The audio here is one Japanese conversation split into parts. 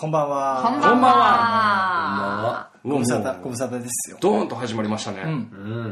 こんばんは。 こんばんは。 ご無沙汰ですよ。 ドーンと始まりましたね。 うん。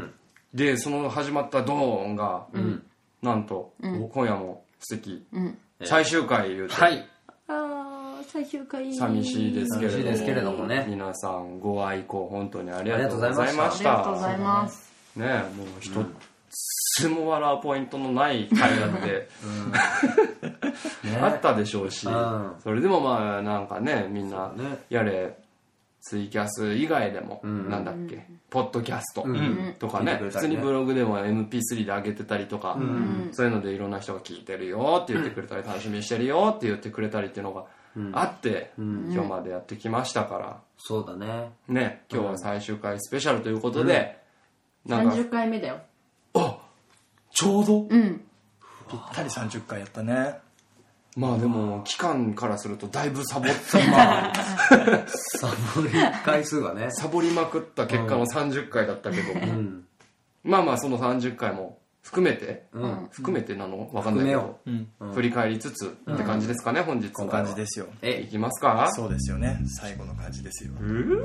で、その始まったドーンが、なんと、今夜も素敵。最終回言うと。 はい。 最終回。 寂しいですけれどもね。 皆さんご愛顧本当にありがとうございました。 ありがとうございます。 ねえ、もう一つも笑うポイントのない回だってあったでしょうし、それでもまあなんかね、みんなやれツイキャス以外でもなんだっけ、ポッドキャストとかね、普通にブログでも MP3 で上げてたりとか、そういうのでいろんな人が聞いてるよって言ってくれたり、楽しみにしてるよって言ってくれたりっていうのがあって、今日までやってきましたから。 そうだね。 ね、今日は最終回スペシャルということで、なんか 30回目だよ。 あ、ちょうど、 うん、 ぴったり30回やったね。 まあでも期間からするとだいぶサボってまあサボり回数がねサボりまくった結果の30回だったけど、まあまあその30回も含めて、含めてなのわかんないけど、振り返りつつって感じですかね、本日は。 こんな感じですよ。 いきますか。 そうですよね、最後の感じですよ。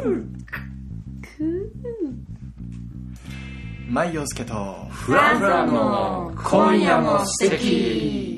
舞陽介とフランフランの今夜も素敵。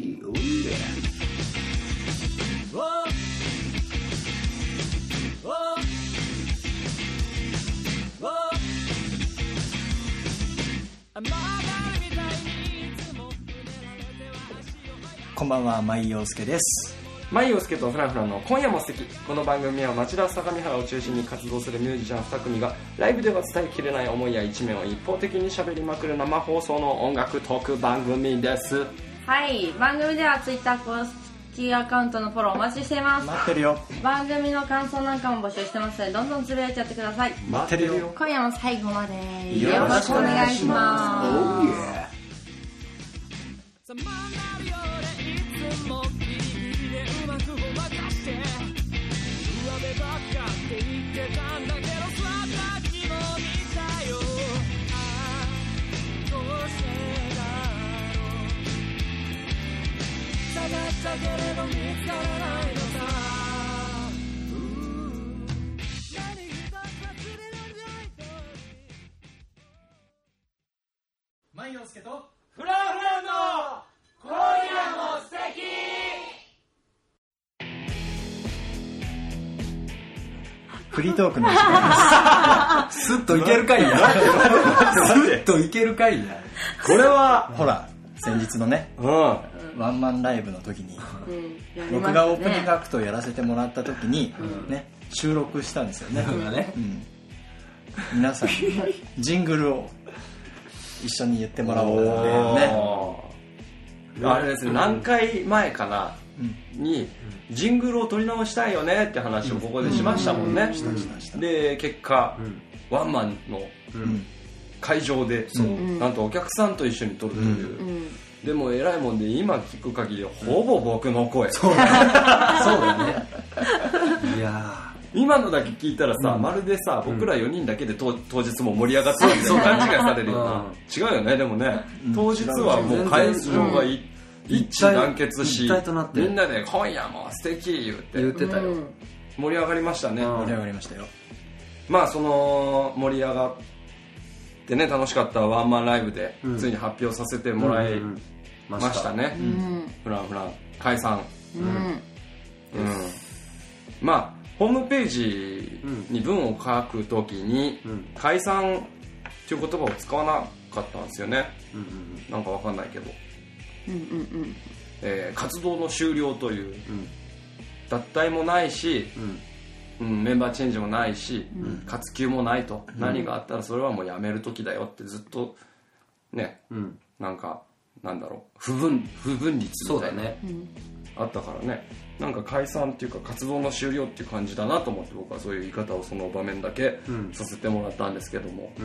こんばんは、舞陽介です。 舞陽介とフランフランの今夜も素敵。この番組は町田相模原を中心に活動するミュージシャン2組がライブでは伝えきれない思いや一面を一方的に喋りまくる生放送の音楽トーク番組です。 はい、番組ではツイッター公式アカウントのフォローお待ちしています。 待ってるよ。 番組の感想なんかも募集してますので、どんどんつぶやいちゃってください。 待ってるよ。 今夜も最後までよろしくお願いします。 舞陽介とフランフランの今夜も素敵。 フリートークの時間です。スッといけるかいや。スッといけるかいや。 これはほら、先日のね、ワンマンライブの時に、僕がオープニングアクトをやらせてもらった時に、ね、収録したんですよね。皆さんにジングルを一緒に言ってもらおうってね。 あれですね、何回前かなにジングルを撮り直したいよねって話をここでしましたもんね。で結果ワンマンの会場でなんとお客さんと一緒に撮るという。でも偉いもんで今聞く限りほぼ僕の声。 そうだね。いや今のだけ聞いたらさ、まるでさ、僕ら4人だけで当日も盛り上がってるみたいな勘違いされるよな。違うよね、でもね、当日はもう会場が一致団結し、みんなで今夜も素敵言ってたよ。盛り上がりましたね。 盛り上がりましたよ。 まあその盛り上がってね、楽しかったワンマンライブでついに発表させてもらいましたね。フランフラン解散。まあホームページに文を書くときに解散っていう言葉を使わなかったんですよね。なんかわかんないけど、活動の終了という、脱退もないし、メンバーチェンジもないし、活休もないと、何があったらそれはもうやめる時だよってずっとね、なんかなんだろう、不分率みたいなあったからね、なんか解散っていうか活動の終了っていう感じだなと思って、僕はそういう言い方をその場面だけさせてもらったんですけども、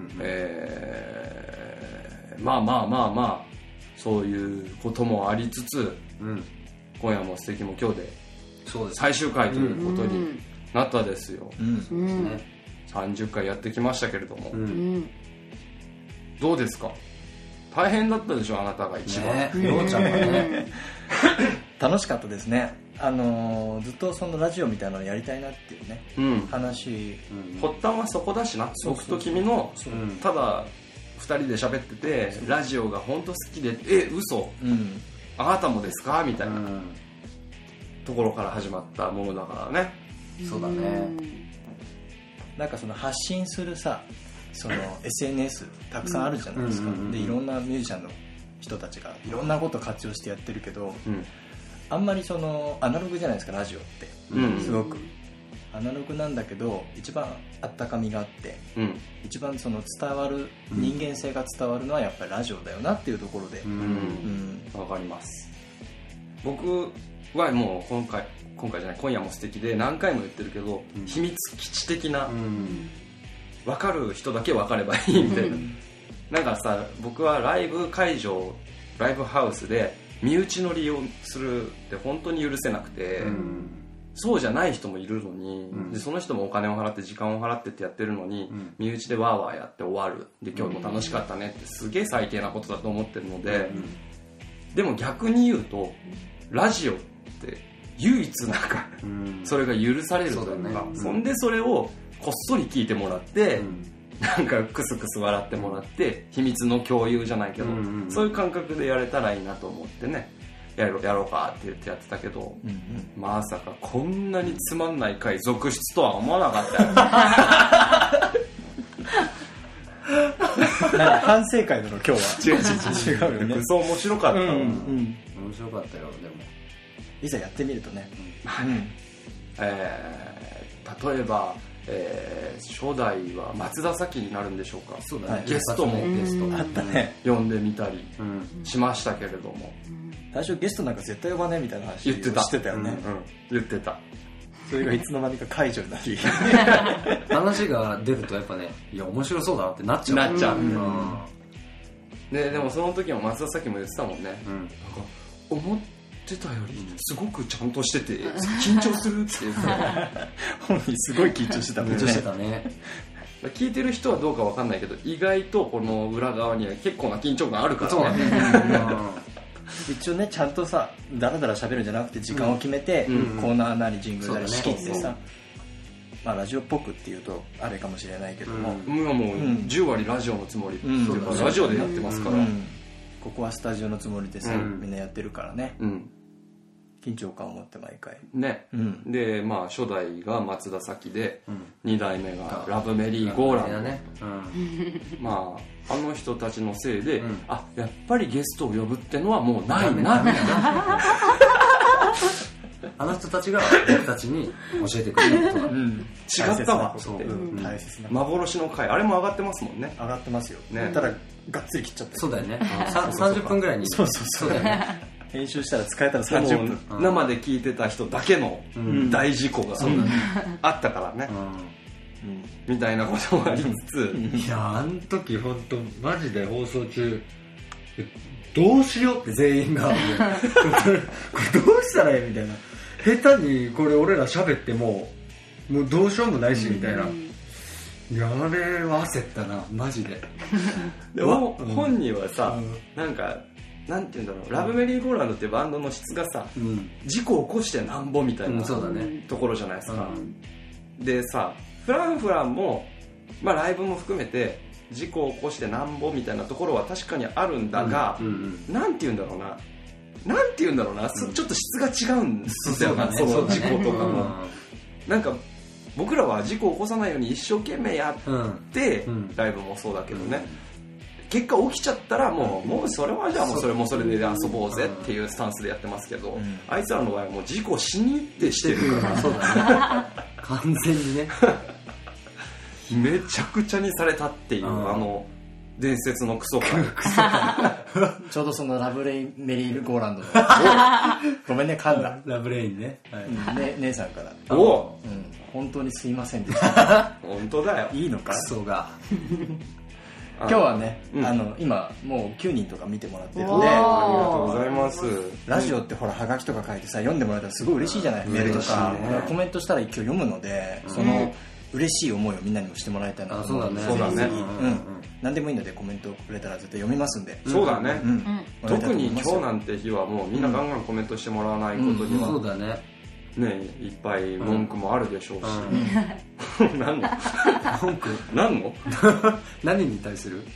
まあそういうこともありつつ、今夜も素敵も今日で最終回ということになったですよ。30回やってきましたけれども、どうですか？大変だったでしょ、あなたが一番。 ようちゃんがね楽しかったですね。 ずっとそのラジオみたいなのやりたいなっていうね、話、 発端はそこだしな。僕と君のただ2人で喋ってて、ラジオが本当好きで嘘、あなたもですかみたいなところから始まったものだからね。 そうだね。 なんかその発信するさ、その SNS たくさんあるじゃないですか。でいろんなミュージシャンの人たちがいろんなことを活用してやってるけど、あんまりそのアナログじゃないですか、ラジオって、すごくアナログなんだけど一番あったかみがあって、一番その伝わる、人間性が伝わるのはやっぱりラジオだよなっていうところで、 わかります。僕はもう今回じゃない、今夜も素敵で何回も言ってるけど、秘密基地的な、分かる人だけ分かればいいみたいな、なんかさ、僕はライブ会場、ライブハウスで身内乗りをするって本当に許せなくて、そうじゃない人もいるのに、でその人もお金を払って時間を払ってってやってるのに、身内でワーワーやって終わる、で今日も楽しかったねってすげえ最低なことだと思ってるので、でも逆に言うとラジオって唯一なんか、それが許されるというか、そんでそれをこっそり聞いてもらって、なんかクスクス笑ってもらって秘密の共有じゃないけど、そういう感覚でやれたらいいなと思ってね、やろうかって言ってやってたけど、まさかこんなにつまんない回続出とは思わなかったよ。 なんか反省会なの今日は。 違うよね。そう面白かった。 面白かったよ。でもいざやってみるとね、 例えば、初代は松田咲になるんでしょうか。 そうだね。 ゲストもあったね、 呼んでみたりしましたけれども、 最初ゲストなんか絶対呼ばねえみたいな話言ってた。 してたよね、 言ってた。 それがいつの間にか解除になり話が出るとやっぱね、いや面白そうだなってなっちゃう。 でもその時も松田咲も言ってたもんね、なんか思ってたよりすごくちゃんとしてて緊張するって言ってた。 本人すごい緊張してたもんね。 緊張してたね。 聞いてる人はどうか分かんないけど、意外とこの裏側には結構な緊張感あるからね。 そうだね。 一応ね、ちゃんとさ、ダラダラ喋るんじゃなくて時間を決めて、コーナーなりジングルなり仕切ってさ、まあラジオっぽくっていうとあれかもしれないけども、 もう10割ラジオのつもりっていうか、ラジオでやってますから、 ここはスタジオのつもりでさ、みんなやってるからね、緊張感を持って毎回ね、でまあ初代が松田咲で、2代目がラブメリーゴーランド、まああの人たちのせいで、やっぱりゲストを呼ぶってのはもうないなみたいな。 あの人たちが僕たちに教えてくれることが違ったわって、 大切な幻の回、あれも上がってますもんね。 上がってますよ、ただがっつり切っちゃって。 そうだよね。30分ぐらいに。 そうだよね。編集したら使えたら30分。 生で聞いてた人だけの大事故があったからね、みたいなこともありつつ、 いやあの時本当マジで放送中どうしようって全員がこれどうしたらいいみたいな、下手にこれ俺ら喋ってもうどうしようもないしみたいな、やれは焦ったなマジで。 でも本人はさ、なんかなんていうんだろう、ラブメリーゴーランドっていうバンドの質がさ、事故を起こしてなんぼみたいなところじゃないですか。でさ、フランフランも、まあ、ライブも含めて事故を起こしてなんぼみたいなところは確かにあるんだが、なんて言うんだろうな、ちょっと質が違うんですよな、その事故とかも。なんか僕らは事故を起こさないように一生懸命やって、ライブもそうだけどね、結果起きちゃったらもうそれはじゃあもうそれもそれで遊ぼうぜっていうスタンスでやってますけど、あいつらの場合はもう事故しに行ってしてるから。そうだね。 完全にね。 めちゃくちゃにされたっていう、あの伝説のクソ回。 ちょうどそのラブメリーゴーランドのごめんね、噛んだ。 ラブレインね。 姉さんから、本当にすいませんでした。 本当だよ。 いいのか。 クソが。 今日はね、今もう9人とか見てもらってるんで、 ありがとうございます。 ラジオってほらハガキとか書いてさ、読んでもらったらすごい嬉しいじゃない。メールとかコメントしたら一応読むので、その嬉しい思いをみんなにもしてもらいたいなと思うので、 そうだね、 何でもいいのでコメントくれたら絶対読みますんで。 そうだね、特に今日なんて日はもうみんなガンガンコメントしてもらわないことには、 そうだね、 いっぱい文句もあるでしょうし、何の文句何の何に対する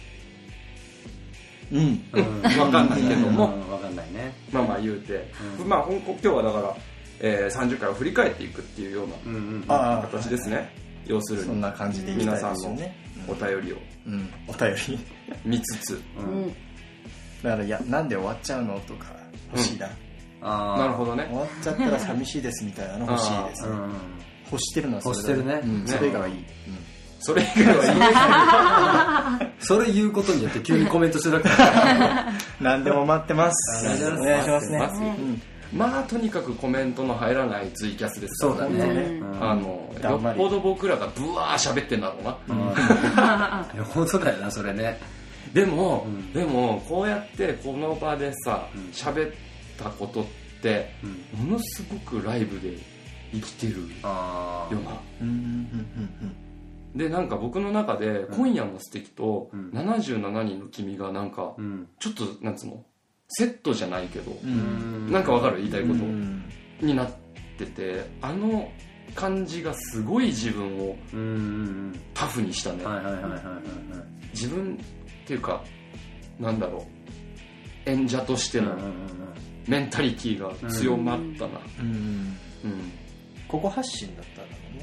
分かんないけども、 分かんないね、 まあ言うて、まあ今日はだから30回を振り返っていくっていうような形ですね。要するにそんな感じでいきたいですよね。 皆さんのお便りをお便り見つつ、 だからなんで終わっちゃうのとか欲しいな。 なるほどね。 終わっちゃったら寂しいですみたいなの欲しいですね。欲してるのはそれだ。 欲してるね。 それ以外はいい。 それ以外はいい。 それ言うことによって急にコメントしてなくて何でも待ってます。お願いしますね。 まあとにかくコメントの入らないツイキャスですからね。 そうだね。 よっぽど僕らがブワー喋ってんだろうな。 いや本当だよなそれね。 でもこうやってこの場でさ喋ったことってものすごくライブで生きてるような。でなんか僕の中で「今夜も素敵と77人の君がなんかちょっとなんつうのセットじゃないけどなんかわかる言いたいことになってて、あの感じがすごい自分をタフにしたね。自分っていうかなんだろう演者としてのメンタリティーが強まったな。 ここ発信だったんだろうね。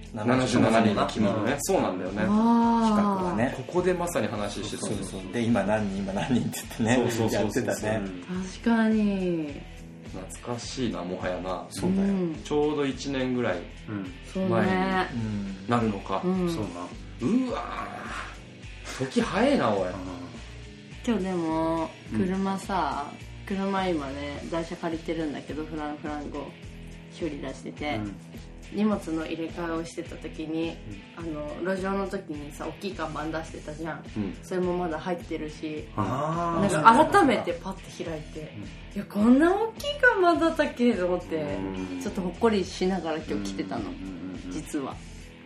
77人の君のね。そうなんだよね。企画はね。 ここでまさに話してた。 で今何人って言ってねやってたね。 確かに懐かしいな、もはやな。 そうだよ。 ちょうど1年ぐらい前になるのか。そうな。うわ時早いなおい。 今日でも車今ね台車借りてるんだけどフランゴ修理出してて、荷物の入れ替えをしてた時に、路上の時にさ大きい看板出してたじゃん、それもまだ入ってるし、なんか改めてパッて開いて、いやこんな大きい看板だったっけと思って、ちょっとほっこりしながら今日来てたの、実は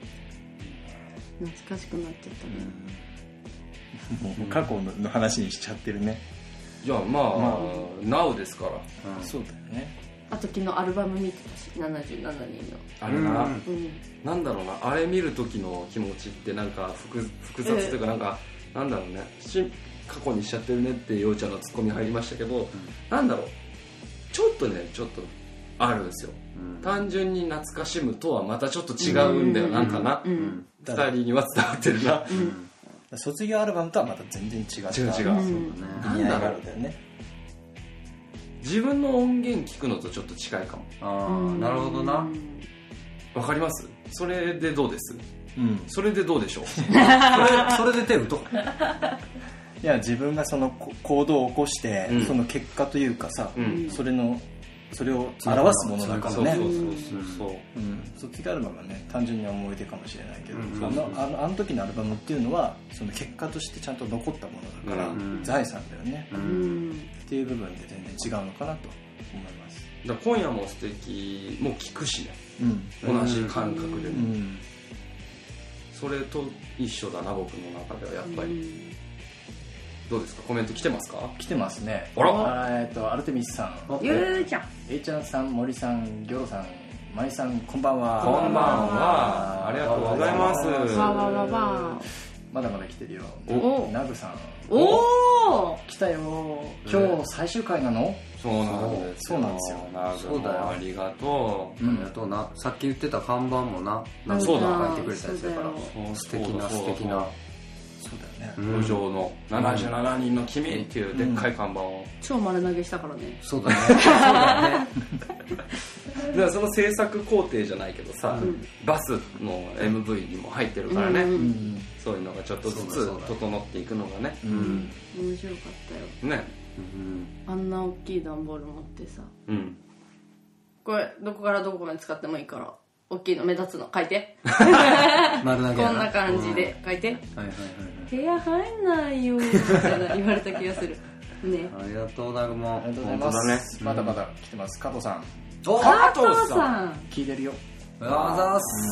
懐かしくなっちゃったね。 もう過去の話にしちゃってるね。 いやまあ Now ですから。 そうだよね。 あと昨日アルバム見てたし77人のあれな、なんだろうな、あれ見る時の気持ちってなんか複雑というかなんだろうね、過去にしちゃってるねってようちゃんのツッコミ入りましたけど、なんだろうちょっとあるんですよ、単純に懐かしむとはまたちょっと違うんだよ、なんかな、2人には伝わってるな。 卒業アルバムとはまた全然違う。 なんだろうだよね。自分の音源聞くのとちょっと近いかも。 なるほどな。 わかります？それでどうです？それでどうでしょう？ それで手打とう。 いや自分がその行動を起こして、その結果というかさ、それを表すものだからね。卒業アルバムはね単純に思い出かもしれないけど、あの時のアルバムっていうのはその結果としてちゃんと残ったものだから、財産だよね、っていう部分で全然違うのかなと思います。 だ今夜も素敵も聞くしね、同じ感覚でも、それと一緒だな僕の中ではやっぱり。どうですか、コメント来てますか？ 来てますね。 あら、 アルテミスさん、 ゆうちゃん、 えいちゃんさん、森さん、ギョロさん、まいさん、こんばんは。 こんばんは。ありがとうございます。 まだまだ来てるよ。ナグさん。 おー来たよ。今日最終回なの？ そうなんですよ。 そうだよ。 ありがとう。 ありがとうな。さっき言ってた看板もな、 そうだ。 書いてくれたやつだから。素敵な。 そうだよね。 路上の77人の君っていうでっかい看板を超丸投げしたからね。 そうだね。そうだね。 だからその制作工程じゃないけどさ、バスの MV にも入ってるからね、そういうのがちょっとずつ整っていくのがね、 面白かったよね。あんな大きい段ボール持ってさ、これどこからどこまで使ってもいいから大きいの目立つの書いて。 丸投げ。 こんな感じで書いて。部屋入んないよみたいな言われた気がするね。 ありがとう、ナグも。 ありがとうございます。まだまだ来てます。加藤さん。 加藤さん聞いてるよ。 あざーす。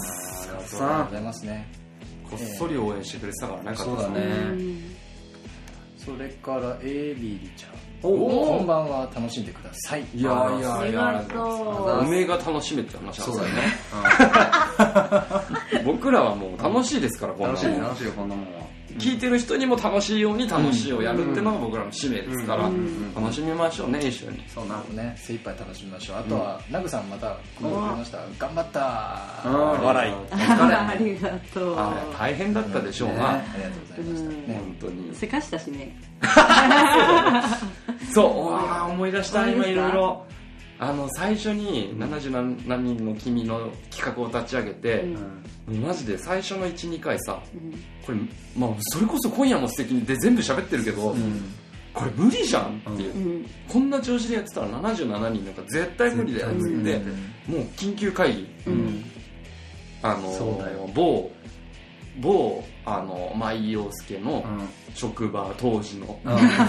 りがとうございますね。 こっそり応援してくれてたからね。 そうだね。 それからエリリちゃん、こんばんは、楽しんでください。 いやいやいや、おめえが楽しめって話なんですよね。僕らはもう楽しいですから、こんなもん。 楽しいよ、こんなもんは。 聞いてる人にも楽しいように楽しいをやるっていうのが僕らの使命ですから、楽しみましょうね、一緒に。 そうなのね、精一杯楽しみましょう。あとはナグさんまたコメントくれました。頑張った笑い。 ありがとう。 大変だったでしょうな。 ありがとうございました。 本当に。 せかしたしね。 そう、思い出した、今いろいろ。最初に77人の君の企画を立ち上げて、マジで最初の 1,2 回さ、これ、まあ、それこそ今夜も素敵にで全部喋ってるけど、これ無理じゃんっていう、こんな調子でやってたら77人なんか絶対無理だよって言って、もう緊急会議、某舞陽介の職場当時の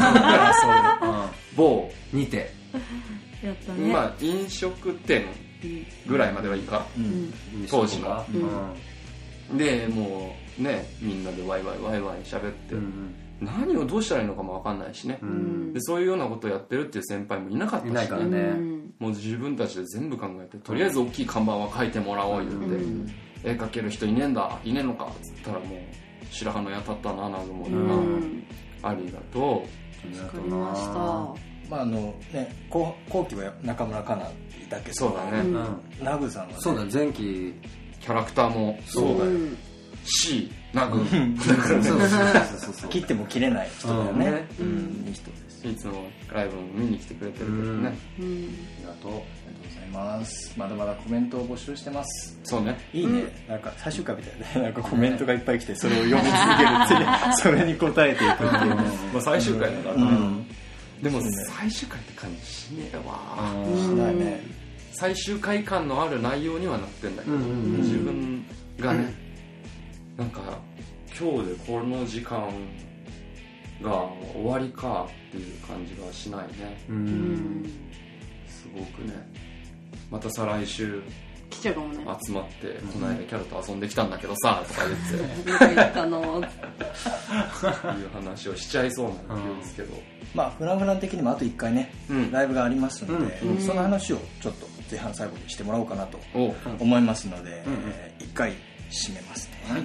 某にてやったね。 まあ飲食店ぐらいまではいいか、当時の、でもうね、みんなでワイワイ喋って、何をどうしたらいいのかも分かんないしね、でそういうようなことをやってるっていう先輩もいなかったし、 いないからね、 もう自分たちで全部考えて、とりあえず大きい看板は書いてもらおう言って、絵描ける人いねえのかっつったら、もう白羽の矢立ったな、南雲には、ありがとう。 わかりました。 まあね、後期は中村かなだけど、 そうだね、 ナグさんはね、 そうだ、前期キャラクターもそうだよ、C ナグそう切っても切れない人だよね。いい人です。 いつもライブも見に来てくれてるけどね。 ありがとうございます。まだまだコメントを募集してます。 そうね、 いいね、なんか最終回みたいな、なんかコメントがいっぱい来て、それを読み続けるっていう、それに答えていくっていう。 まあ最終回だからね。でも最終回って感じしねえわ。 しないね。 最終回感のある内容にはなってんだけど、自分がね、なんか今日でこの時間が終わりかっていう感じがしないね。すごくね。また再来週来ちゃうかもね。 集まって、この間キャラと遊んできたんだけどさとか言ってどこ行ったのいう話をしちゃいそうな勢いですけど、 まあフランフラン的にもあと1回ね、ライブがありますので、その話をちょっと前半最後にしてもらおうかなと思いますので、1回締めますね。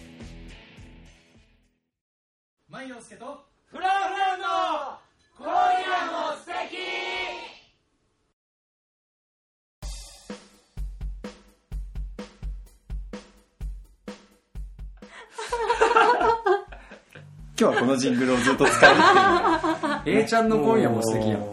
舞陽介とフランフランの今夜も素敵。 今日はこのジングルをずっと使うっていう。 A ちゃんの今夜も素敵やん。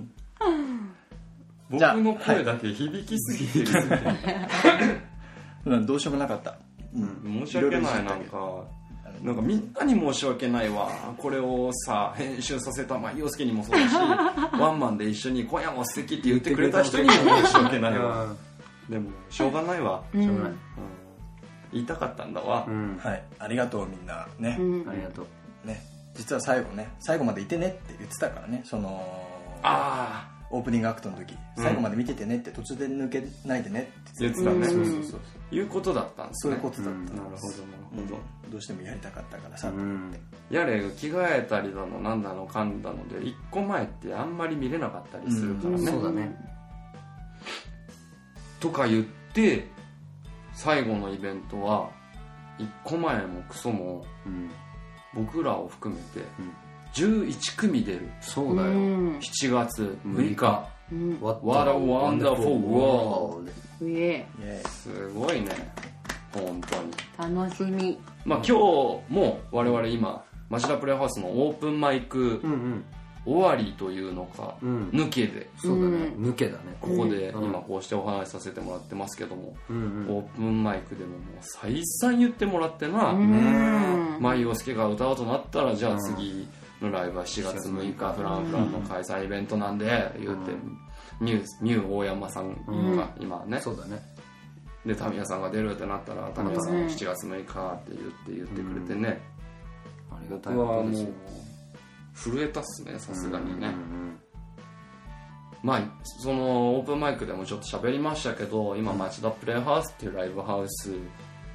僕の声だけ響きすぎてる。 どうしようもなかった。 申し訳ない、なんかみんなに申し訳ないわ。これをさ、編集させた舞陽介にもそうだし、ワンマンで一緒に今夜も素敵って言ってくれた人にも申し訳ないわ。でもしょうがないわ。 しょうがない。 言いたかったんだわ。 はい、ありがとうみんなね。 ありがとう。 ね、実は最後までいてねって言ってたからね、そのオープニングアクトの時、最後まで見ててねって、途中で抜けないでねって言ってたね。 そういうことだったんですね。 そういうことだった。 なるほどなるほど。 どうしてもやりたかったからさと思って、 やれ着替えたりだのなんだのかんだので1個前ってあんまり見れなかったりするからね。 そうだね。 とか言って最後のイベントは1個前もクソも僕らを含めて11組出る。 そうだよ。 7月6日 What a wonderful world。 すごいね、本当に楽しみ。 まあ今日も我々今町田プレイハウスのオープンマイク終わりというのか、抜けで、 そうだね、抜けだね。 ここで今こうしてお話しさせてもらってますけども、オープンマイクでももう再三言ってもらってな、舞陽介が歌うとなったら、じゃあ次のライブは4月6日フランフランの開催イベントなんで言って、ミュー大山さんが今ね、 そうだね。 でタミヤさんが出るってなったら、タミヤさん7月6日って言ってくれてね、 ありがたい僕はもうことですよ。 震えたっすね、さすがにね。まあそのオープンマイクでもちょっと喋りましたけど、今町田プレイハウスっていうライブハウス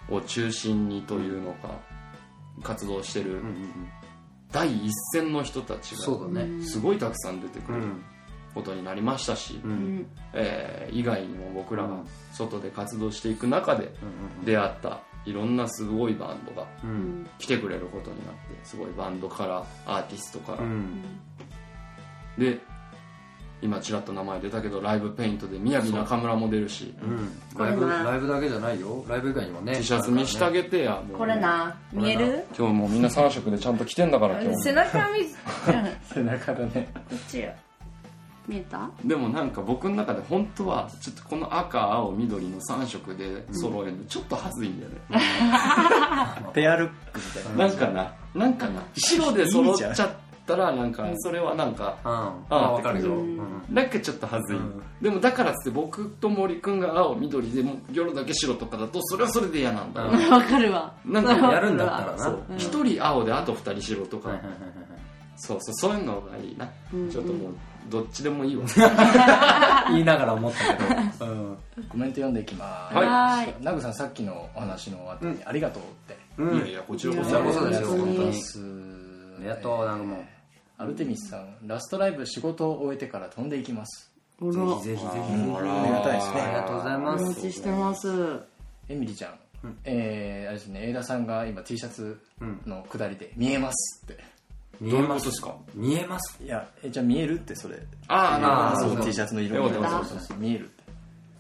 を中心にというのか活動してる第一線の人たちがすごいたくさん出てくることになりましたし、以外にも僕らが外で活動していく中で出会ったいろんなすごいバンドが来てくれることになって、すごいバンドからアーティストから、で今ちらっと名前出たけどライブペイントで宮城中村も出るし、 ライブだけじゃないよ、ライブ以外にもね T シャツ見してあげてや。 これな、見える？ 今日もうみんな3色でちゃんと着てんだから今日背中見背中だね。 こっちよ。見えた？ でもなんか僕の中で本当はちょっとこの赤青緑の3色で揃えるのちょっと恥ずいんだよね、 ペアルックみたいな。 なんかな白で揃っちゃったらなんかそれはなんかわかるよ、 なんかちょっと恥ずい、でもだからって僕と森くんが青緑で夜だけ白とかだとそれはそれで嫌なんだよ、 わかるわ。 なんかやるんだったらな、 一人青であと二人白とか、そういうのがいいな、ちょっともうどっちでもいいわ言いながら思ったけど、 コメント読んでいきます。 はい。 ナグさんさっきのお話の後にありがとうって。 いやいやこちらこそですよ、本当に。 ありがとう、なんかもうアルテミスさん、ラストライブ仕事を終えてから飛んでいきます。 ぜひぜひありがたいですね。 ありがとうございまおす。 待ちしてます。 エミリちゃん、あれですね、エイダさんが今 T シャツの下りで見えますって。 見えます。 どういうことですか？ 見えます。 いや、じゃあ見えるってそれ。 そうそう T シャツの色よかったそう見えるって。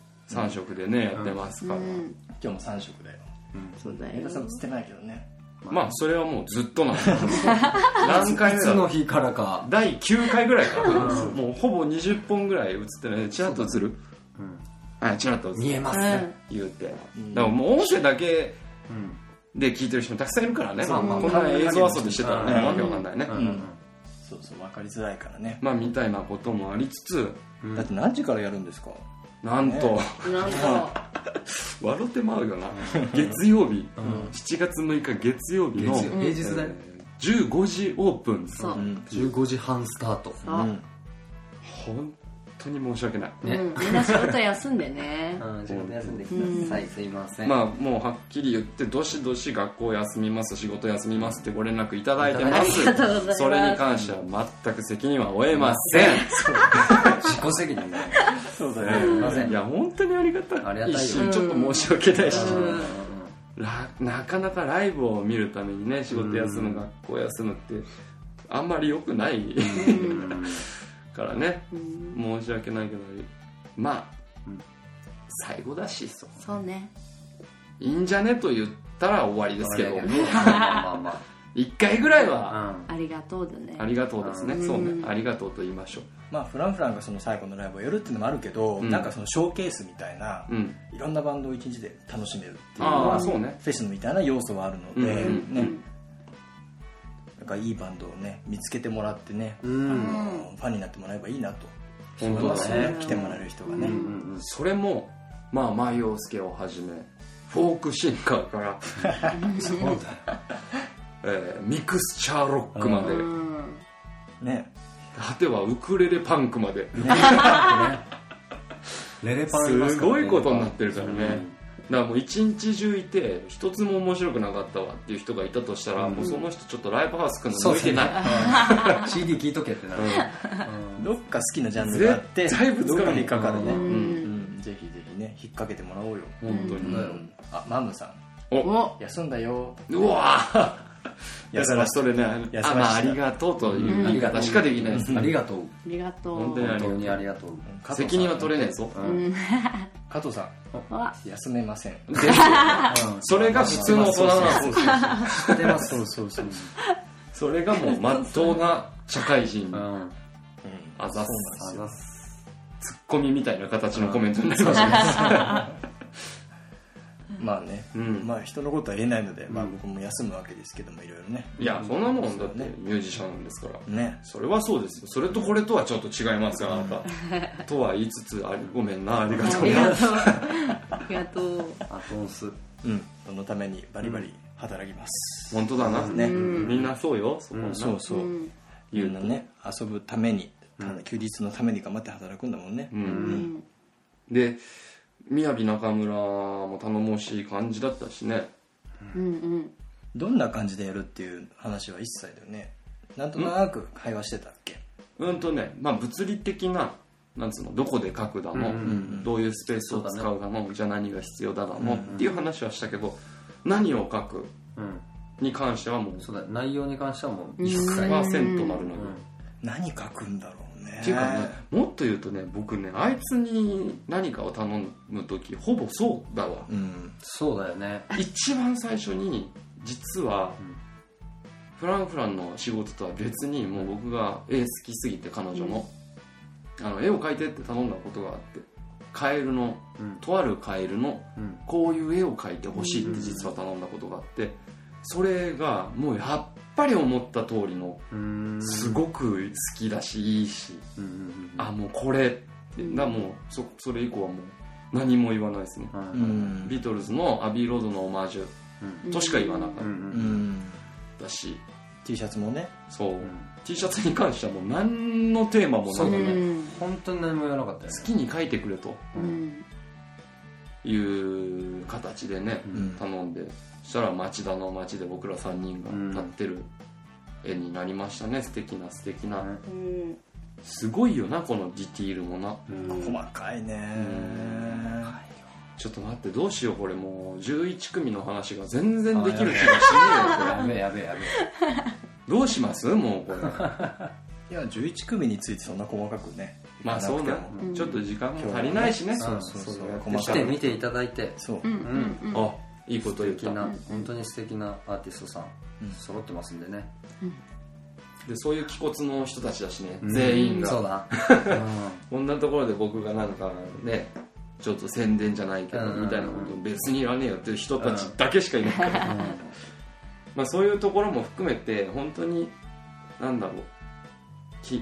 3色でねやってますから、 今日も3色だよ。 そうだよエイダ。さん映ってないけどね。 まあそれはもうずっとなんです何回目だいつの日からか。 第9回ぐらいかな、もうほぼ20本ぐらい映ってない。チラッと映る？チラッと見えますね。 言うて、だからもう音声だけで聞いてる人もたくさんいるからね、こんな映像遊びしてたらねわけわかんないね、 そうそう、分かりづらいからね。 まあみたいなこともありつつ、 だって何時からやるんですか？ なんとなんと笑ってまうよな。月曜日、7月6日月曜日の平日だよ。 15時オープン。 そう。 15時半スタート。 本当に申し訳ない、 みんな仕事休んでね。 仕事休んでください。すいません。 まあもうはっきり言ってどしどし学校休みます仕事休みますってご連絡いただいてます。 ありがとうございます。 それに関しては全く責任は負えません。 自己責任だよ。 そうだよ。すいません。 いや本当にありがたい。 ありがたいよ。 一瞬ちょっと申し訳ないし、なかなかライブを見るためにね仕事休む学校休むってあんまり良くないからね、申し訳ないけど、まあ、最後だしそうね、 いいんじゃねと言ったら終わりですけど、 まあまあ 1回ぐらいは、 ありがとうだね。 ありがとうですね、そうね、ありがとうと言いましょう。 まあフランフランがその最後のライブをやるっていうのもあるけど、なんかそのショーケースみたいな、いろんなバンドを一日で楽しめるっていうのは、 そうね、 フェスみたいな要素はあるので、ね、なんかいいバンドをね見つけてもらってね、ファンになってもらえばいいなと思いますね。来てもらえる人がね、 それもまあマイ陽介をはじめフォークシンガーからそうだよ、 ミクスチャーロックまで、 ね、 果てはウクレレパンクまで、 レレパンありますすからね、 ごいことになってるからね。だからもう一日中いて一つも面白くなかったわっていう人がいたとしたら、もうその人ちょっとライブハウス来るの向いてない。 CD 聴いとけってなる、 どっか好きなジャンルがあって絶対ぶつかるどっかに引っかかるね、ぜひぜひね引っ掛けてもらおうよ、 本当に。 あ、マムさんお、 休んだよ。 うわだからそれね、ありがとうという言い方しかできないです。 ありがとう、 ありがとう、 本当にありがとう。 責任は取れねえぞ。 加藤さん休めません。 それが普通の大人なんですよ。 知ってます。 そうそうそう、 それがもうまっとうな社会人。あざっす。ツッコミみたいな形のコメントになりましたね。 まあね、まあ人のことは言えないので、まあ僕も休むわけですけども、いろいろね。 いや、そんなもんだってミュージシャンですからね。 それはそうですよ。それとこれとはちょっと違いますよ、あなた。とは言いつつ、ごめんな、ありがとう。 ありがとう、ありがとう。 アトンス、 そのためにバリバリ働きます。 本当だな、みんなそうよ。 そうそう、いうのね、遊ぶために、休日のために頑張って働くんだもんね。 で、雅中村も頼もしい感じだったしね。 うんうん、 どんな感じでやるっていう話は一切だよね。なんとなく会話してたっけ。 まあ物理的ななんつうの、どこで書くだの、どういうスペースを使うだの、じゃあ何が必要だの、っていう話はしたけど、何を書くに関してはもう、 そうだ、内容に関してはもう 100% なるのよ。 何書くんだろうね。 っていうかね、もっと言うとね、僕ね、あいつに何かを頼む時ほぼそうだわ。 そうだよね。 一番最初に実は、フランフランの仕事とは別に、もう僕が絵好きすぎて、彼女の、絵を描いてって頼んだことがあって、カエルの、とあるカエルの、こういう絵を描いてほしいって実は頼んだことがあって、それがもうやっぱり思った通りの、すごく好きだしいいし、もうこれってもうそれ以降はもう何も言わないですね。ビートルズのアビーロードのオマージュとしか言わなかっただし、 T シャツもね、 そう、T シャツに関してはもう何のテーマもなくね、 本当に何も言わなかったよね。 好きに描いてくれという形でね、頼んで、そしたら町田の町で僕ら3人が立ってる絵になりましたね。素敵な、すごいよな、このディティールもな、 細かいね。 ちょっと待って、どうしよう、これもう11組の話が全然できる気がしねえよ、これ。 やべえどうします、もうこれ。 いや、11組についてそんな細かくね、 まあそうね、ちょっと時間も足りないしね。 そう来て見ていただいて、 そう、 あ、いいこと言った。 本当に素敵なアーティストさん揃ってますんでね。 で、そういう気骨の人たちだしね、全員が。 そうだ。 こんなところで僕がなんかね、ちょっと宣伝じゃないけどみたいなこと別にいらねえよっていう人たちだけしかいないから、まあそういうところも含めて本当になんだろう、気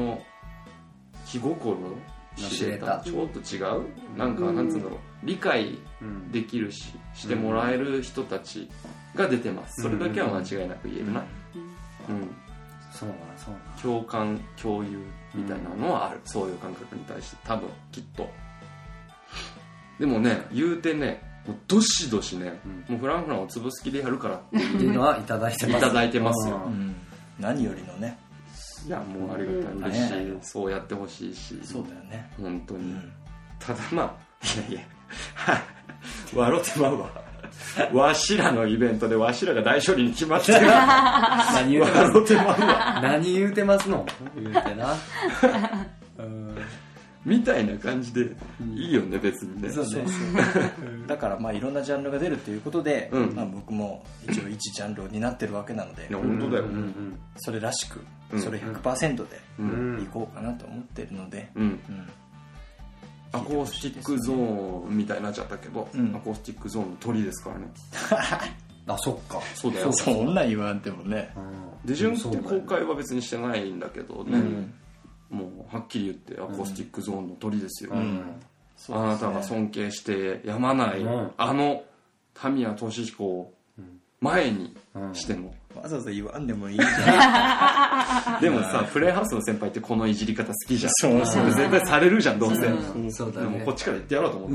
心知れた、ちょっと違う、なんかなんつうんだろう、理解できるし、してもらえる人たちが出てます。それだけは間違いなく言えるな。 そうだ。 共感共有みたいなのはある、そういう感覚に対して多分きっと。でもね、言うてね、もうどしどしね、もうフランフランを潰す気でやるからっていうのはいただいてます。 いただいてますよ。 何よりのね。 いや、もうありがたいし、そうやってほしいし。 そうだよね、 本当に。ただまあ、いや笑ってまうわ。わしらのイベントでわしらが大勝利に決まってる。 何言うてます笑ってまうわ。 何言うてますの、言うてな。 みたいな感じでいいよね、別にね。 そうだからまあいろんなジャンルが出るということで、まあ僕も一応一ジャンルになってるわけなので、 本当だよ。 それらしく、それ 100% でいこうかなと思ってるので、アコースティックゾーンみたいになっちゃったけど、アコースティックゾーンの鳥ですからね。 あ、そっか。 そうだよ。 そんなん言わんてもね。 デジュンって公開は別にしてないんだけどね、もうはっきり言ってアコースティックゾーンの鳥ですよ。あなたが尊敬してやまない、あの田宮俊彦を前にしても、 わざわざ言わんでもいいじゃん。でもさ、プレイハウスの先輩ってこのいじり方好きじゃん。 そう絶対されるじゃん、どうせ。 そうだね。 でもこっちから言ってやろうと思って。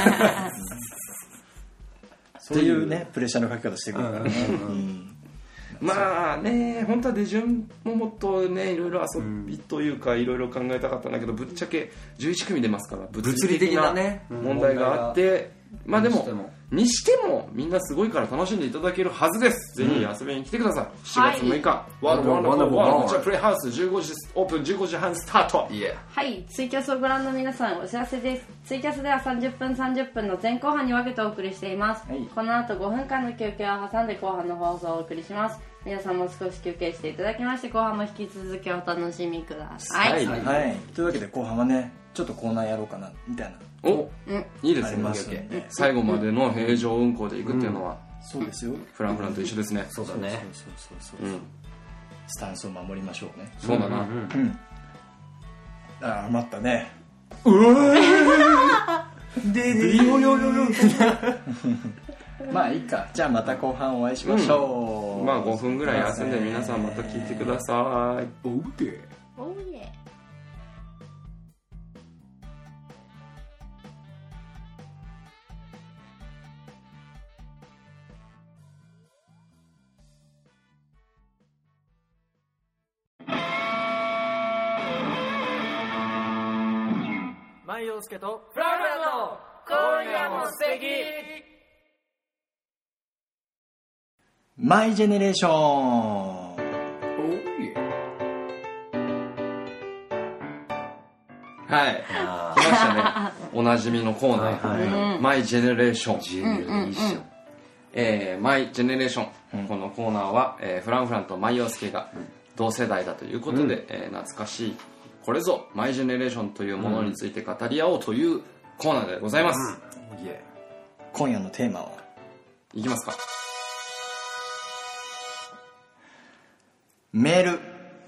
そういうね、プレッシャーのかけ方してくるからね。 まあね、本当はデジュンももっとね、いろいろ遊びというかいろいろ考えたかったんだけど、ぶっちゃけ11組出ますから、物理的な問題があって、まあでもにしてもみんなすごいから楽しんでいただけるはずです。ぜひ遊びに来てください。7月6日、ワールドワンダフルワールドこちらプレイハウス15時オープン、15時半スタート。 はい、ツイキャスをご覧の皆さん、お知らせです。ツイキャスでは30分30分の前後半に分けてお送りしています。この後5分間の休憩を挟んで後半の放送をお送りします。皆さんも少し休憩していただきまして、後半も引き続きお楽しみください。 はい、というわけで後半はね、ちょっとコーナーやろうかなみたいな。 いいですね。最後までの平常運行でいくっていうのは、 そうですよ。 フランフランと一緒ですね。 そうだね。 スタンスを守りましょうね。 そうだな。 ああ、待ったね。まあいいか。じゃあまた後半お会いしましょう。 まあ5分ぐらい休んで皆さんまた聞いてください。 おうで。 前陽介とフラフラの今夜も素敵。 マイジェネレーション。 はい、来ましたね。おなじみのコーナー、マイジェネレーション。マイジェネレーション。このコーナーは、フランフランとマイヨウスケが同世代だということで、懐かしいこれぞマイジェネレーションというものについて語り合おうというコーナーでございます。 今夜のテーマはいきますか。 メール。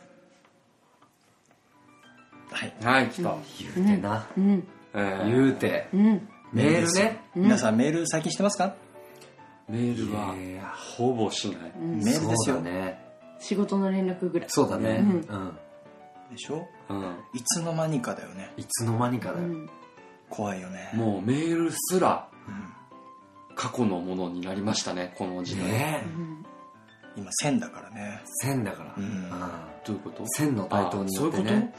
はい、来た。 言うてな、言うて、メールね。 皆さんメール最近してますか？ メールはほぼしない。 メールですよね。 仕事の連絡ぐらい。 そうだね。 でしょ？いつの間にかだよね。 いつの間にかだよ。 怖いよね。 もうメールすら過去のものになりましたね、この時代。 今1000だからね。 1000だから。 どういうこと？ 1000の台頭によってね。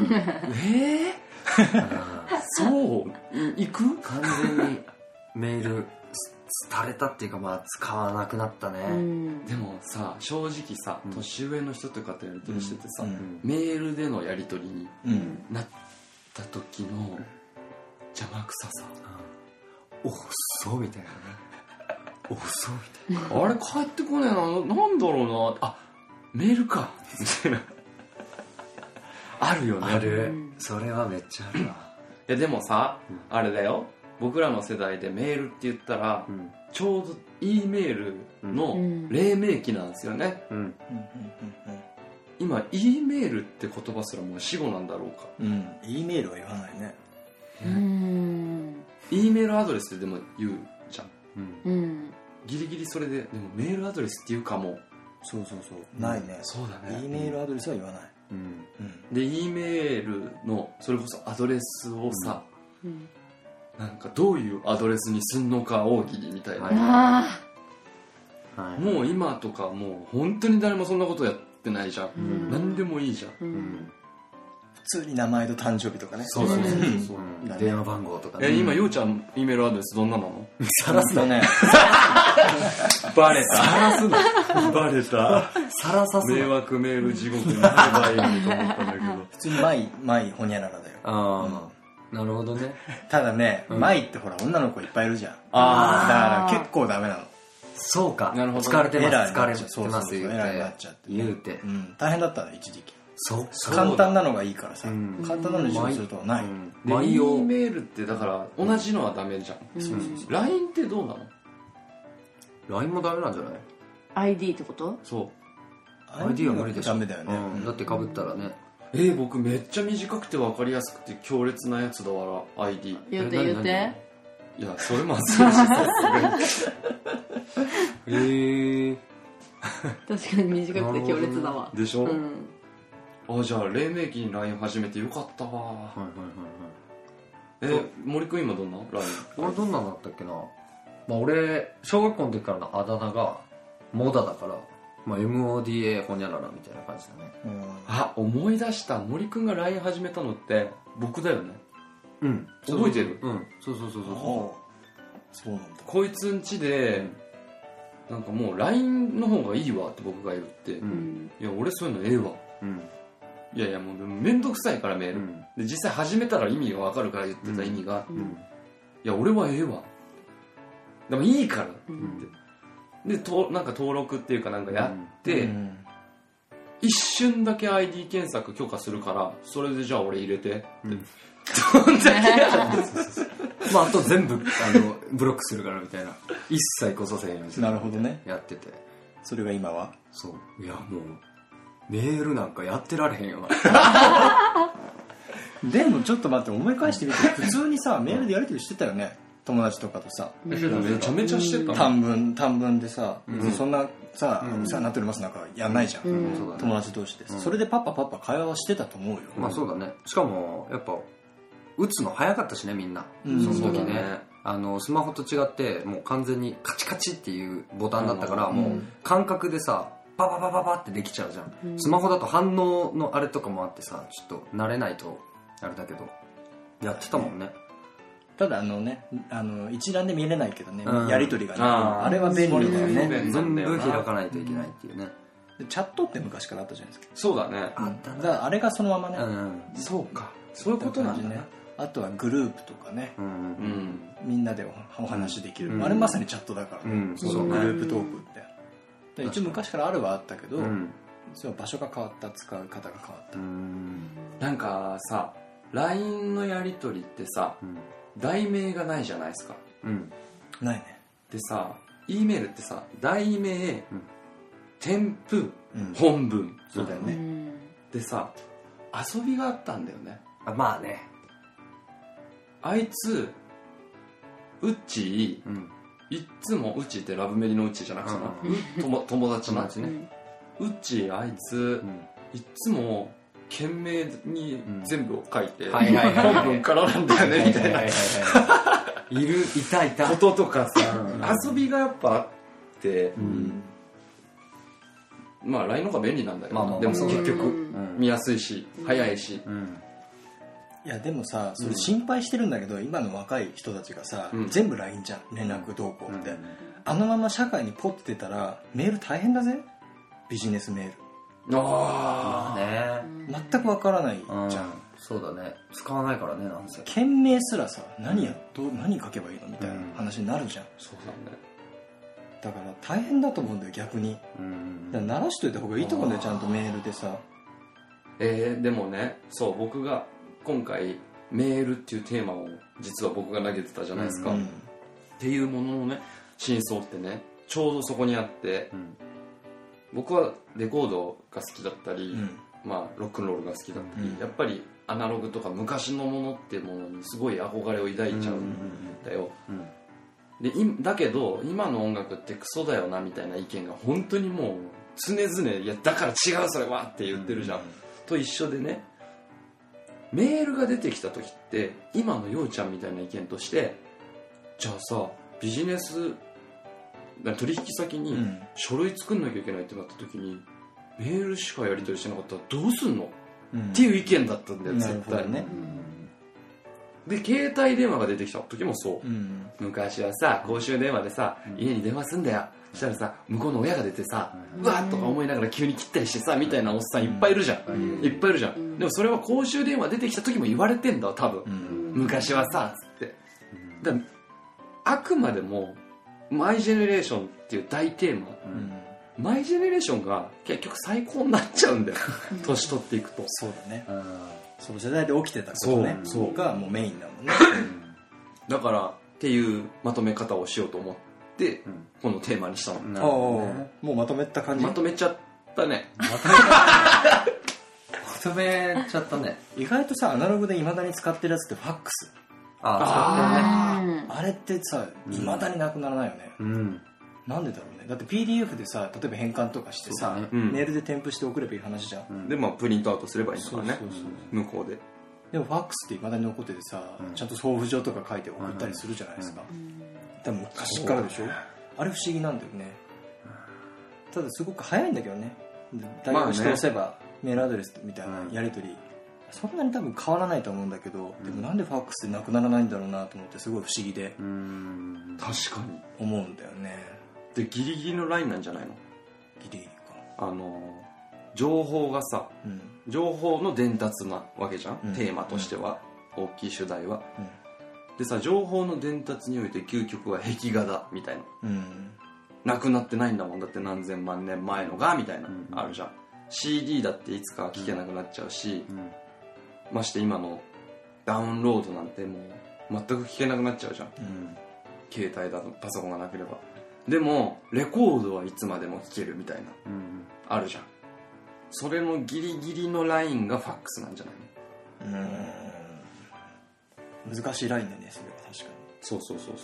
そう行く？ 完全にメール廃れたっていうか、まあ使わなくなったね。 でもさ、正直さ、年上の人とかとやり取りしててさ、メールでのやり取りになった時の邪魔くささ、 遅みたいなね。遅みたいな。あれ帰ってこねえな、なんだろうな、あ、メールかみたいな。あるよね。 ある。それはめっちゃあるわ。 いやでもさ、あれだよ、僕らの世代でメールって言ったら、ちょうど E メールの黎明期なんですよね。今 E メールって言葉すらもう死語なんだろうか。 E メールは言わないね。 E メールアドレスってでも言うじゃん。ギリギリそれで、でもメールアドレスっていうかも。 そうないね。 そうだね。 E メールアドレスは言わない。 で E メールのそれこそアドレスをさ、なんかどういうアドレスにすんのか大喜利みたいな。もう今とかもう本当に誰もそんなことやってないじゃん。何でもいいじゃん。 普通に名前と誕生日とかね。 そう電話番号とかね。 今ようちゃん E メールアドレスどんなの？ さらすのね。 バレた。さらすの。バレた。 さらさすの。 迷惑メール地獄になればいいと思ったんだけど。 普通にマイホニャララだよ。 なるほどね。 ただね、マイってほら女の子いっぱいいるじゃん。だから結構ダメなの。 そうか。 なるほど。 疲れてます。 エラーになっちゃって。 言うて。 大変だったの一時期。 そう簡単なのがいいからさ。簡単なのにするとない。 E メールってだから同じのはダメじゃん。LINE ってどうなの？ LINE もダメなんじゃない？ ID ってこと？ そう。 ID は無理でしょ。 ダメだよね。 だって被ったらね。 僕めっちゃ短くて分かりやすくて強烈なやつだわら ID。 言うて。 いやそれもそうしさすがに。 確かに短くて強烈だわ。 でしょ？じゃあ黎明期に LINE 始めてよかったわ。森くん今どんな LINE？ 俺どんなのだったっけな。まあ俺小学校の時からのあだ名がモダだから、まあ MODA ホニャララみたいな感じだね。 思い出した。森くんが LINE 始めたのって僕だよね。覚えてる？ そうそうなんだ。 こいつん家でなんかもう LINE の方がいいわって僕が言って、いや俺そういうのええわ。いやもうめんどくさいからメール、で実際始めたら意味が分かるから言ってた意味が、いや俺はええわ、でもいいからって言って、でなんか登録っていうかなんかやって、一瞬だけ ID 検索許可するからそれでじゃあ俺入れてって、どんだけやだまああと全部ブロックするからみたいな、一切こそせへんようになるほどねやってて、 それが今はそういやもうメールなんかやってられへんよなでもちょっと待って思い返してみて普通にさメールでやり取りしてたよね、友達とかとさ。 めちゃめちゃしてた。 短文でさ、そんなさ、お世話になっておりますなんかやんないじゃん、友達同士で。それでパッパ会話はしてたと思うよ。 まあそうだね。しかもやっぱ打つの早かったしね、みんな。その時ね。スマホと違ってもう完全にカチカチっていうボタンだったから、もう感覚でさパパパパパってできちゃうじゃん、スマホだと反応のあれとかもあってさ、ちょっと慣れないとあれだけど、 やってたもんね。 ただ一覧で見れないけどね、やり取りがね、 あれは便利だよね。 全部開かないといけないっていうね。 でチャットって昔からあったじゃないですか。 そうだね。 あったな。 だからあれがそのままね、 そうか。そういうことなんだね。 あとはグループとかね、みんなでお話できる、あれまさにチャットだからね、そのグループトークって。一応昔からあるはあったけど、それは場所が変わった、使う方が変わった。 なんかさ、LINE のやり取りってさ、題名がないじゃないですか。 ないね。 でさ、E メールってさ、題名、添付、本文そうだよね。 でさ、遊びがあったんだよね。 まあね。 あいつウッチー、いっつもウッチーってラブメリのウッチーじゃなくて友達なんですね。ウッチーあいつ、いっつも懸命に全部を書いて本文からなんだよねみたいないたこととかさ、遊びがやっぱあって、まあ LINE の方が便利なんだけど、でも結局見やすいし早いし。 いやでもさ、それ心配してるんだけど、今の若い人たちがさ、全部 LINE じゃん、連絡動向って、あのまま社会にポッて出たらメール大変だぜ、ビジネスメール。 ああね、 全くわからないじゃん。 そうだね、使わないからね。なんせ件名すらさ、何書けばいいのみたいな話になるじゃん。 そうだね。 だから大変だと思うんだよ、逆に。だから慣らしといた方がいいと思うんだよ、ちゃんとメールでさ。 でもね、そう僕が今回メールっていうテーマを実は僕が投げてたじゃないですか、っていうもののね真相ってね、ちょうどそこにあって、僕はレコードが好きだったり、まあロックンロールが好きだったり、やっぱりアナログとか昔のものっていうものにすごい憧れを抱いちゃうんだよ、でだけど今の音楽ってクソだよなみたいな意見が本当にもう常々、いやだから違うそれはって言ってるじゃん、と一緒でね、メールが出てきた時って今のようちゃんみたいな意見として、じゃあさビジネス取引先に書類作んなきゃいけないってなった時にメールしかやり取りしてなかったらどうすんの、っていう意見だったんだよ絶対ね。で携帯電話が出てきた時もそう、昔はさ公衆電話でさ、家に電話すんだよ、そしたらさ向こうの親が出てさ、うわっとか思いながら急に切ったりしてさみたいなおっさんいっぱいいるじゃん、いっぱいいるじゃん、でもそれは公衆電話出てきた時も言われてんだ多分、昔はさつって。だあくまでもマイジェネレーションっていう大テーマ、マイジェネレーションが結局最高になっちゃうんだよ年取っていくと。 そうだね、その世代で起きてたことね、そうがもうメインだもんねだからっていうまとめ方をしようと思って、このテーマにしたの。 もうまとめた感じ。 まとめちゃったねまとめちゃったね。 意外とさ、アナログで未だに使ってるやつってファックス。あれってさ、未だになくならないよね。なんでだろうね。だって PDF でさ、例えば変換とかしてさ、メールで添付して送ればいい話じゃん。 でまあプリントアウトすればいいのからね、向こうで。 でもファックスって未だに残っててさ、ちゃんと送付状とか書いて送ったりするじゃないですか。多分昔からでしょ。あれ不思議なんだよね。ただすごく早いんだけどね。代用して押せばメールアドレスみたいなやり取り、そんなに多分変わらないと思うんだけど、でもなんでファックスってなくならないんだろうなと思って、すごい不思議で確かに思うんだよね。 でギリギリのラインなんじゃないの。 ギリギリか。 情報がさ、情報の伝達なわけじゃん、テーマとしては、大きい主題は、でさ、情報の伝達において究極は壁画だみたいな、なくなってないんだもん、だって何千万年前のがみたいな、あるじゃん。 CD だっていつか聴けなくなっちゃうし、まして今のダウンロードなんてもう全く聴けなくなっちゃうじゃん、携帯だとパソコンがなければ。でもレコードはいつまでも聴けるみたいな、あるじゃん。それのギリギリのラインがファックスなんじゃないの。 難しいラインだね、それは確かに。 そうそうそう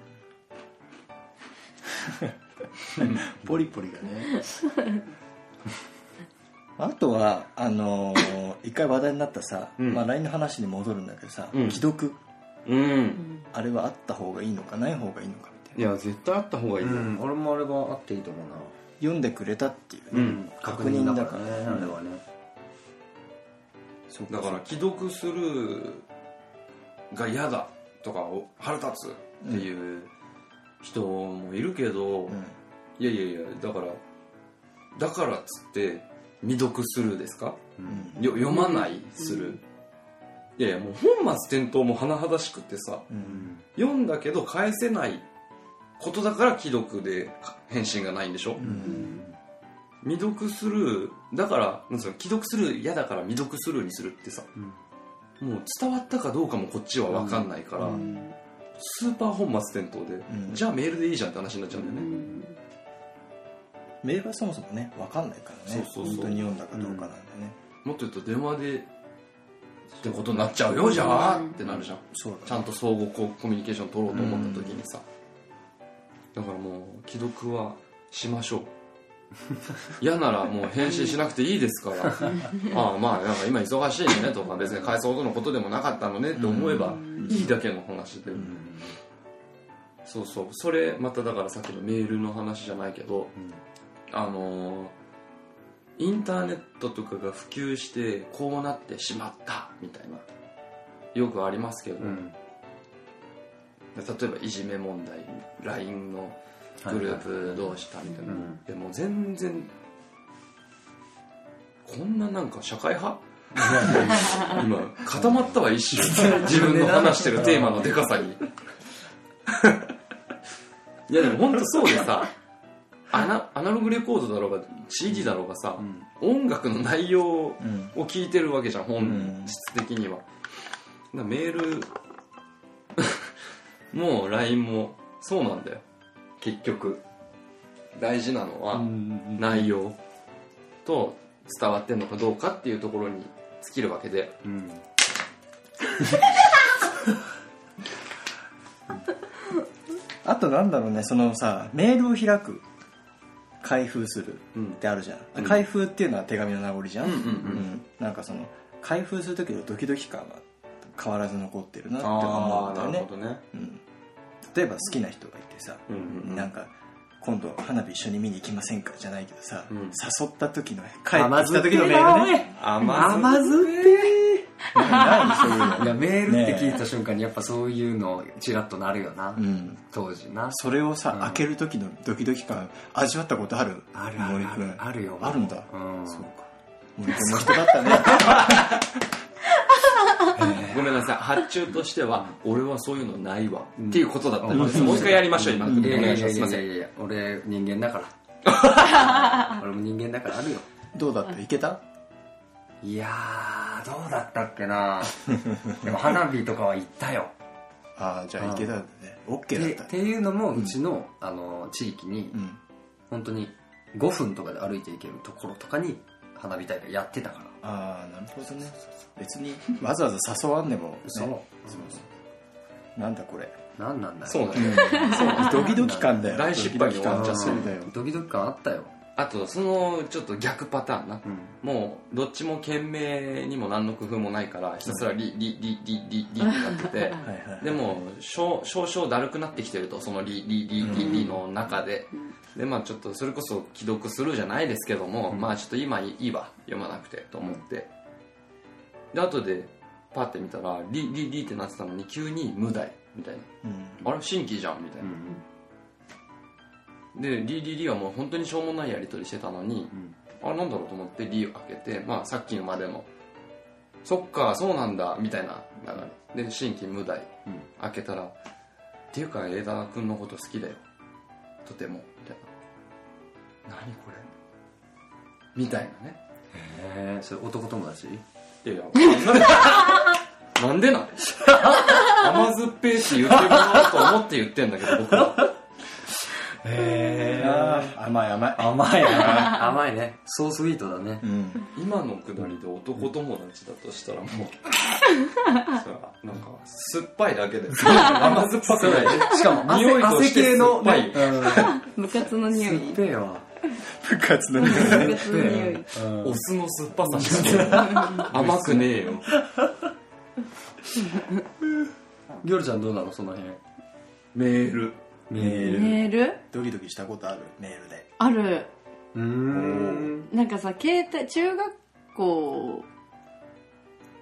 そうポリポリがねあとは一回話題になったさ、LINE の話に戻るんだけどさ、既読、あれはあった方がいいのかない方がいいのかみたいな。 いや絶対あった方がいいよ、 俺もあれはあっていいと思うな。 読んでくれたっていうね、確認だからね、あれはね。 だから既読するが嫌だとか腹立つっていう人もいるけど、いやだからっつって未読スルーですか、読まないスルー、いやもう本末転倒も甚だしくてさ、読んだけど返せないことだから既読で返信がないんでしょ、未読スルーだからなんですか、既読スルー嫌だから未読スルーにするってさ、もう伝わったかどうかもこっちは分かんないから、スーパー本末転倒で、じゃあメールでいいじゃんって話になっちゃうんだよね、 メールはそもそもね分かんないからね、本当に読んだかどうかなんでね、 もっと言うと電話でってことになっちゃうよじゃあってなるじゃん、 そうだね、 ちゃんと相互コミュニケーション取ろうと思った時にさ、だからもう既読はしましょう嫌ならもう返信しなくていいですからああまあなんか今忙しいねとか別に返すほどのことでもなかったのねって思えばいいだけの話で、そうそう、それまただからさっきのメールの話じゃないけど、インターネットとかが普及してこうなってしまったみたいなよくありますけど、例えばいじめ問題 LINE のグループどうしたみたいな、でも全然こんななんか社会派今固まったわ一瞬自分の話してるテーマのでかさにいやでも本当そうでさ、アナログレコードだろうが CD だろうがさ、音楽の内容を聞いてるわけじゃん、本質的には。メールも LINE もそうなんだよ。結局大事なのは内容と伝わってんのかどうかっていうところに尽きるわけで、 あとなんだろうね、そのさメールを開く開封するってあるじゃん、開封っていうのは手紙の名残じゃん、なんかその開封する時のドキドキ感は変わらず残ってるなって思うんだよね。 なるほどね、 例えば好きな人がいてさ、なんか今度花火一緒に見に行きませんかじゃないけどさ、誘った時の帰ってきた時のメールね、 甘酸っ何そういうのいやメールって聞いた瞬間にやっぱそういうのチラッとなるよな、当時な。 それをさ、開ける時のドキドキ感味わったことある？ ある森君。 あるよ。 あるんだ、そうか、森君の人だったねごめんなさい、発注としては俺はそういうのないわっていうことだったんです。もう一回やりましょう今の。お願いします。すいません。 いや俺人間だから俺も人間だからあるよ。 どうだった？いけた？ いやーどうだったっけなでも花火とかは行ったよ。 ああ、じゃあいけたんだね。OK だった。 っていうのもうちの、地域に、本当に5分とかで歩いて行けるところとかに花火大会やってたから。 ああ、なるほどね。別にわざわざ誘わんでも、ね、そうなんだこれ、 なんなんだよ。 そうだねドキドキ感だよ。 大失敗に終わっちゃった。 ドキドキ感あったよ。 あとそのちょっと逆パターンな、もうどっちも件名にも何の工夫もないからひたすらリってなっててでも少々だるくなってきてると、そのリの中で、でまあちょっとそれこそ既読するじゃないですけども、まあちょっと今いいわ読まなくてと思って、で後でパッて見たらリってなってたのに急に無題みたいな、あれ新規じゃんみたいな、でリはもう本当にしょうもないやり取りしてたのに、あれなんだろうと思ってリを開けて、まあさっきのまでのそっかそうなんだみたいな流れで新規無題開けたら、っていうか枝君のこと好きだよとてもみたいな、何これみたいなね。 へえ、それ男友達？ いやなんでなん甘酸っぱいって言ってるなと思って言ってんだけど僕は。 へえ、 甘い甘いね。ソースイートだね。 今のくだりで男友達だとしたらもうなんか酸っぱいだけで甘酸っぱくない。 しかも匂いとして酸っぱい。 部活の匂い。 酸っぱいわ。 部活の匂い。 部活の匂い。 お酢の酸っぱさして甘くねえよ。 ギョルちゃんどうなのその辺？ メールメールドキドキしたことある？メールである。 なんかさ、携帯中学校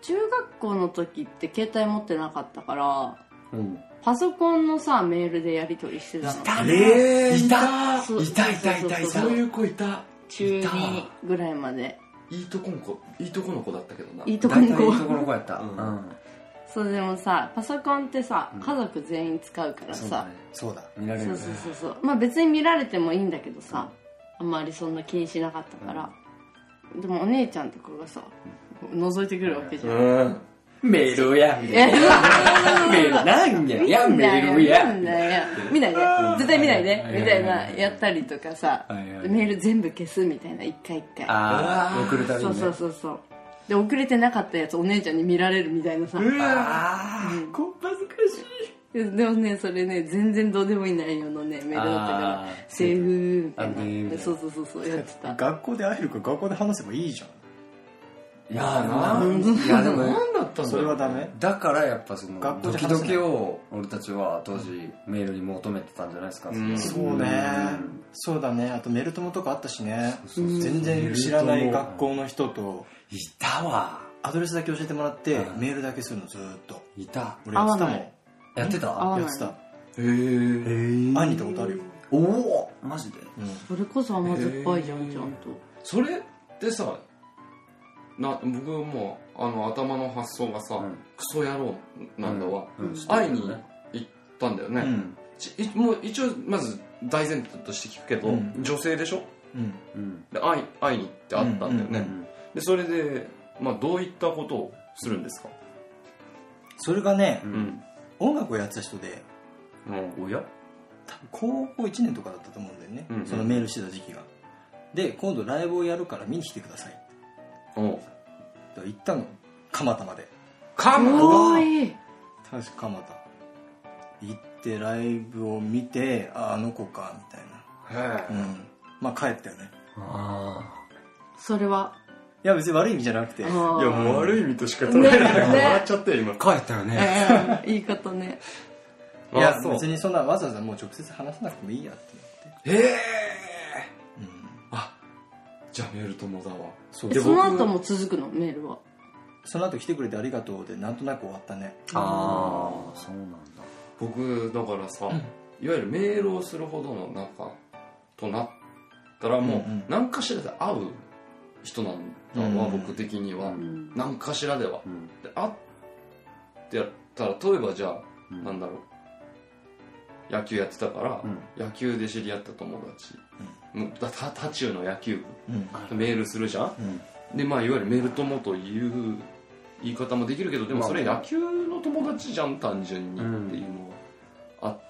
中学校の時って携帯持ってなかったから、 うん、 パソコンのさメールでやり取りしてたの。 いたね、いたそういう子いた。 中2ぐらいまで。 いいとこの子だったけどな。 いいとこの子やった。うん。 そうでもさ、パソコンってさ、家族全員使うからさ、 そうだ、 見られるね。 そう。まあ別に見られてもいいんだけどさ、あんまりそんな気にしなかったから。でもお姉ちゃんとかがさ、覗いてくるわけじゃん。 メールやみたいな。メールなんや、いやメールや。 見ないで、絶対見ないでみたいなやったりとかさ、メール全部消すみたいな、一回一回。 送るたびにね。 そうで、遅れてなかったやつお姉ちゃんに見られるみたいなさ。 うわー、こっぱずかしい。 でもね、それね、全然どうでもいい内容のねメールだったからセーフみたいな。そうやってた。 学校で会えるか学校で話せばいいじゃん。 いやでも何だったんだ。 それはダメだからやっぱそのドキドキを俺たちは当時メールに求めてたんじゃないですか。 そうね、そうだね。あとメルトモとかあったしね。全然知らない学校の人といたわ。 アドレスだけ教えてもらってメールだけするのずーっと。 いた。 俺やってたもん。 やってた。 やってた。 へえ。 会いに行ったことあるよ。 おお、マジで。 それこそ甘酸っぱいじゃん、ちゃんと。 それってさ、僕も頭の発想がさ、クソ野郎なんだわ。会いに行ったんだよね。もう一応まず大前提として聞くけど、女性でしょ。で会いに行って会ったんだよね。でそれでまあどういったことをするんですか。 それがね、音楽をやってた人で、 おや高校1年とかだったと思うんだよね、そのメールしてた時期が。で今度ライブをやるから見に来てくださいって行ったの。蒲田まで。 蒲田。 確か蒲田行ってライブを見て、あの子かみたいな。まあ帰ったよね。 それはいや別に悪い意味じゃなくて、いやもう悪い意味としか捉えないから笑っちゃって今。 帰ったよね。 言い方ね。 いや別にそんなわざわざもう直接話さなくてもいいやって思って。あ、じゃあメール友だわ。 その後も続くのメールは。 その後来てくれてありがとうでなんとなく終わったね。 そうなんだ。 僕だからさ、いわゆるメールをするほどの仲となったらもう何かしらで会う人なんだわ、僕的には。何かしらでは。で会ってやったら、例えばじゃあなんだろう、野球やってたから、野球で知り合った友達、多中の野球部、メールするじゃん。でまあいわゆるメール友という言い方もできるけど、でもそれ野球の友達じゃん単純にっていうのがあって、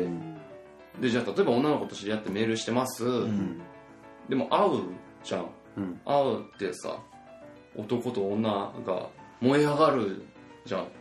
でじゃあ例えば女の子と知り合ってメールしてます、でも会うじゃん、会うってさ男と女が燃え上がるじゃん、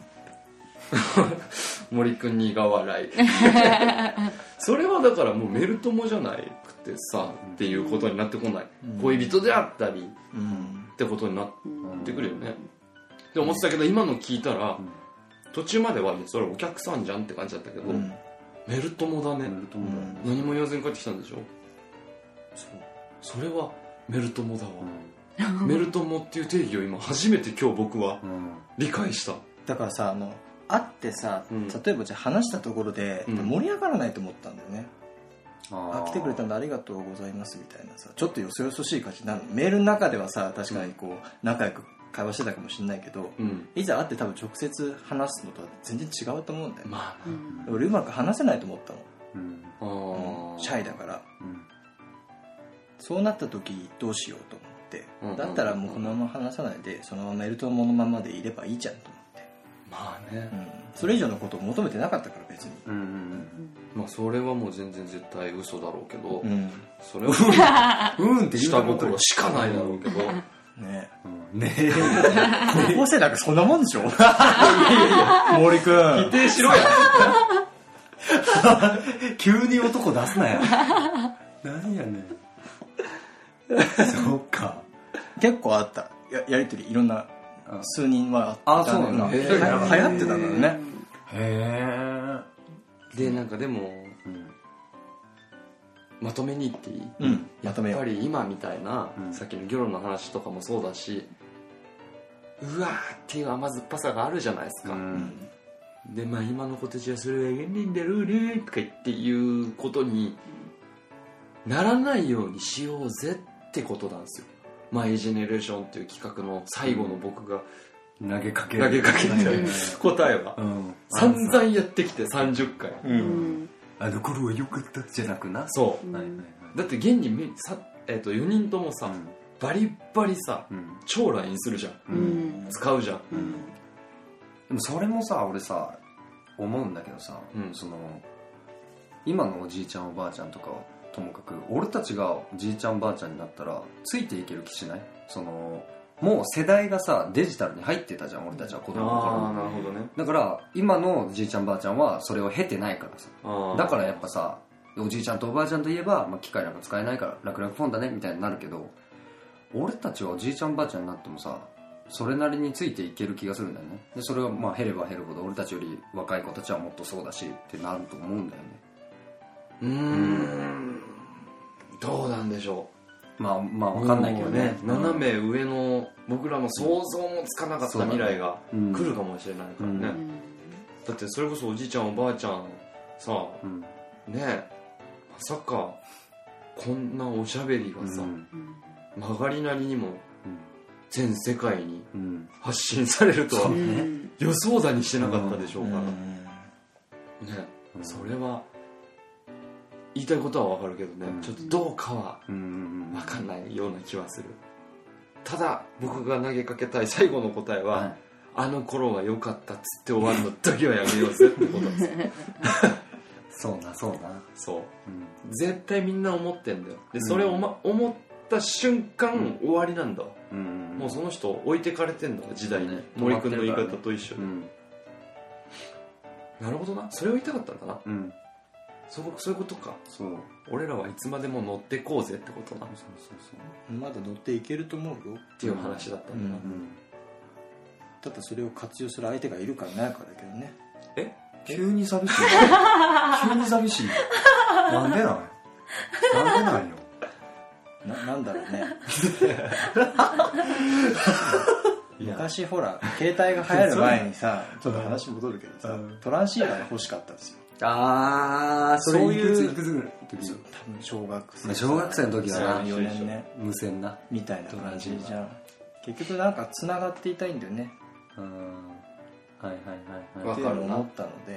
森くん苦笑いそれはだからもうメル友じゃないくてさっていうことになってこない、恋人であったりってことになってくるよねって思ってたけど、今の聞いたら途中まではそれお客さんじゃんって感じだったけど、メル友だね。何も言わずに帰ってきたんでしょ。それはメル友だわ、メル友っていう定義を今初めて今日僕は理解した。 だからさ会ってさ、例えばじゃあ話したところで盛り上がらないと思ったんだよね。来てくれたんでありがとうございますみたいなさ、ちょっとよそよそしい感じになる。メールの中ではさ確かにこう仲良く会話してたかもしれないけど、いざ会って多分直接話すのとは全然違うと思うんだよ、俺うまく話せないと思ったの、シャイだから、そうなった時どうしようと思って、だったらもうこのまま話さないでそのままメール友のままでいればいいじゃんと思って。 まあね、 それ以上のことを求めてなかったから別に、 まあそれはもう全然絶対嘘だろうけど、それはって下心しかないだろうけどねえ高校生なんかそんなもんでしょ森くん否定しろや急に男出すなや何やねんそうか結構あった やりとりいろんな数人はあった。 そうなんだ。 流行ってたんだろうね。 へえ。でなんかでも、まとめに言っていい？やっぱり今みたいな、さっきのギョロの話とかもそうだし、 うわーっていう甘酸っぱさがあるじゃないですか、でまあ今の子たちはそれがいけないんだろうねとか言っていうことにならないようにしようぜってことなんですよ。マイジェネレーションっていう企画の最後の僕が投げかけた答えは、散々やってきて30回、 あの頃は良かったじゃなくな。 そう、だって現に4人ともさ、バリバリさ、超 LINE するじゃん、使うじゃん、 でもそれもさ俺さ思うんだけどさ、その今のおじいちゃんおばあちゃんとかはともかく俺たちがおじいちゃんおばあちゃんになったらついていける気しない？そのもう世代がさデジタルに入ってたじゃん俺たちは子供の頃。 なるほどね。 だから今のおじいちゃんばあちゃんはそれを経てないからさ、だからやっぱさおじいちゃんとおばあちゃんといえば、機械なんか使えないから楽々フォンだねみたいになるけど、俺たちはおじいちゃんばあちゃんになってもさそれなりについていける気がするんだよね。でそれが減れば減るほど俺たちより若い子たちはもっとそうだしってなると思うんだよね。 どうなんでしょう。分かんないけどね、 斜め上の僕らの想像もつかなかった未来が来るかもしれないからね、だってそれこそおじいちゃんおばあちゃんさ、ねまさかこんなおしゃべりがさ、曲がりなりにも全世界に発信されるとは予想だにしてなかったでしょうからね。それは言いたいことは分かるけどね、ちょっとどうかは分かんないような気はする。ただ僕が投げかけたい最後の答えは、あの頃は良かったっつって終わるの時はやめようぜってことですそうなそう、絶対みんな思ってんだよ。でそれを、思った瞬間、終わりなんだわ、もうその人置いてかれてんだわ時代に、森君の言い方と一緒で、なるほどな、それを言いたかったんだな、そういうことか。そう、俺らはいつまでも乗ってこうぜってことな。 そうまだ乗っていけると思うよっていう話だったんだな、 ただそれを活用する相手がいるかいないかだけどね。 急に寂しい急に寂しいなんでなんよなんだろうね昔ほら携帯が流行る前にさちょっと話戻るけどさ、トランシーバーが欲しかったんですよ。 そういういくつぐらいの時？ 多分小学生の時だな。 4年ね、 無線なみたいな感じじゃん。結局なんか繋がっていたいんだよね。っていうのを思ったので、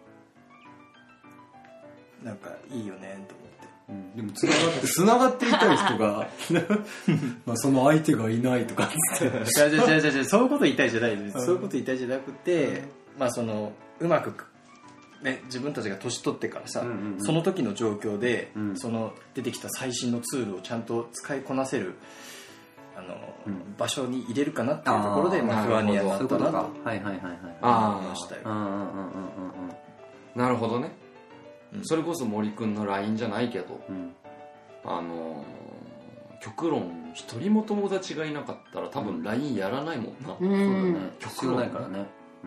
なんかいいよねと思って、 でも繋がっていたい人がその相手がいないとかってそういうこと言いたいじゃないです。そういうこと言いたいじゃなくて、そのうまくね、自分たちが年取ってからさ、その時の状況で、その出てきた最新のツールをちゃんと使いこなせる場所に入れるかなっていうところで不安にはなったなと思いましたよ。 なるほどね、それこそ森くんの LINE じゃないけど、極論一人も友達がいなかったら多分 LINE やらないもんな。そうだね、 極論ないからね。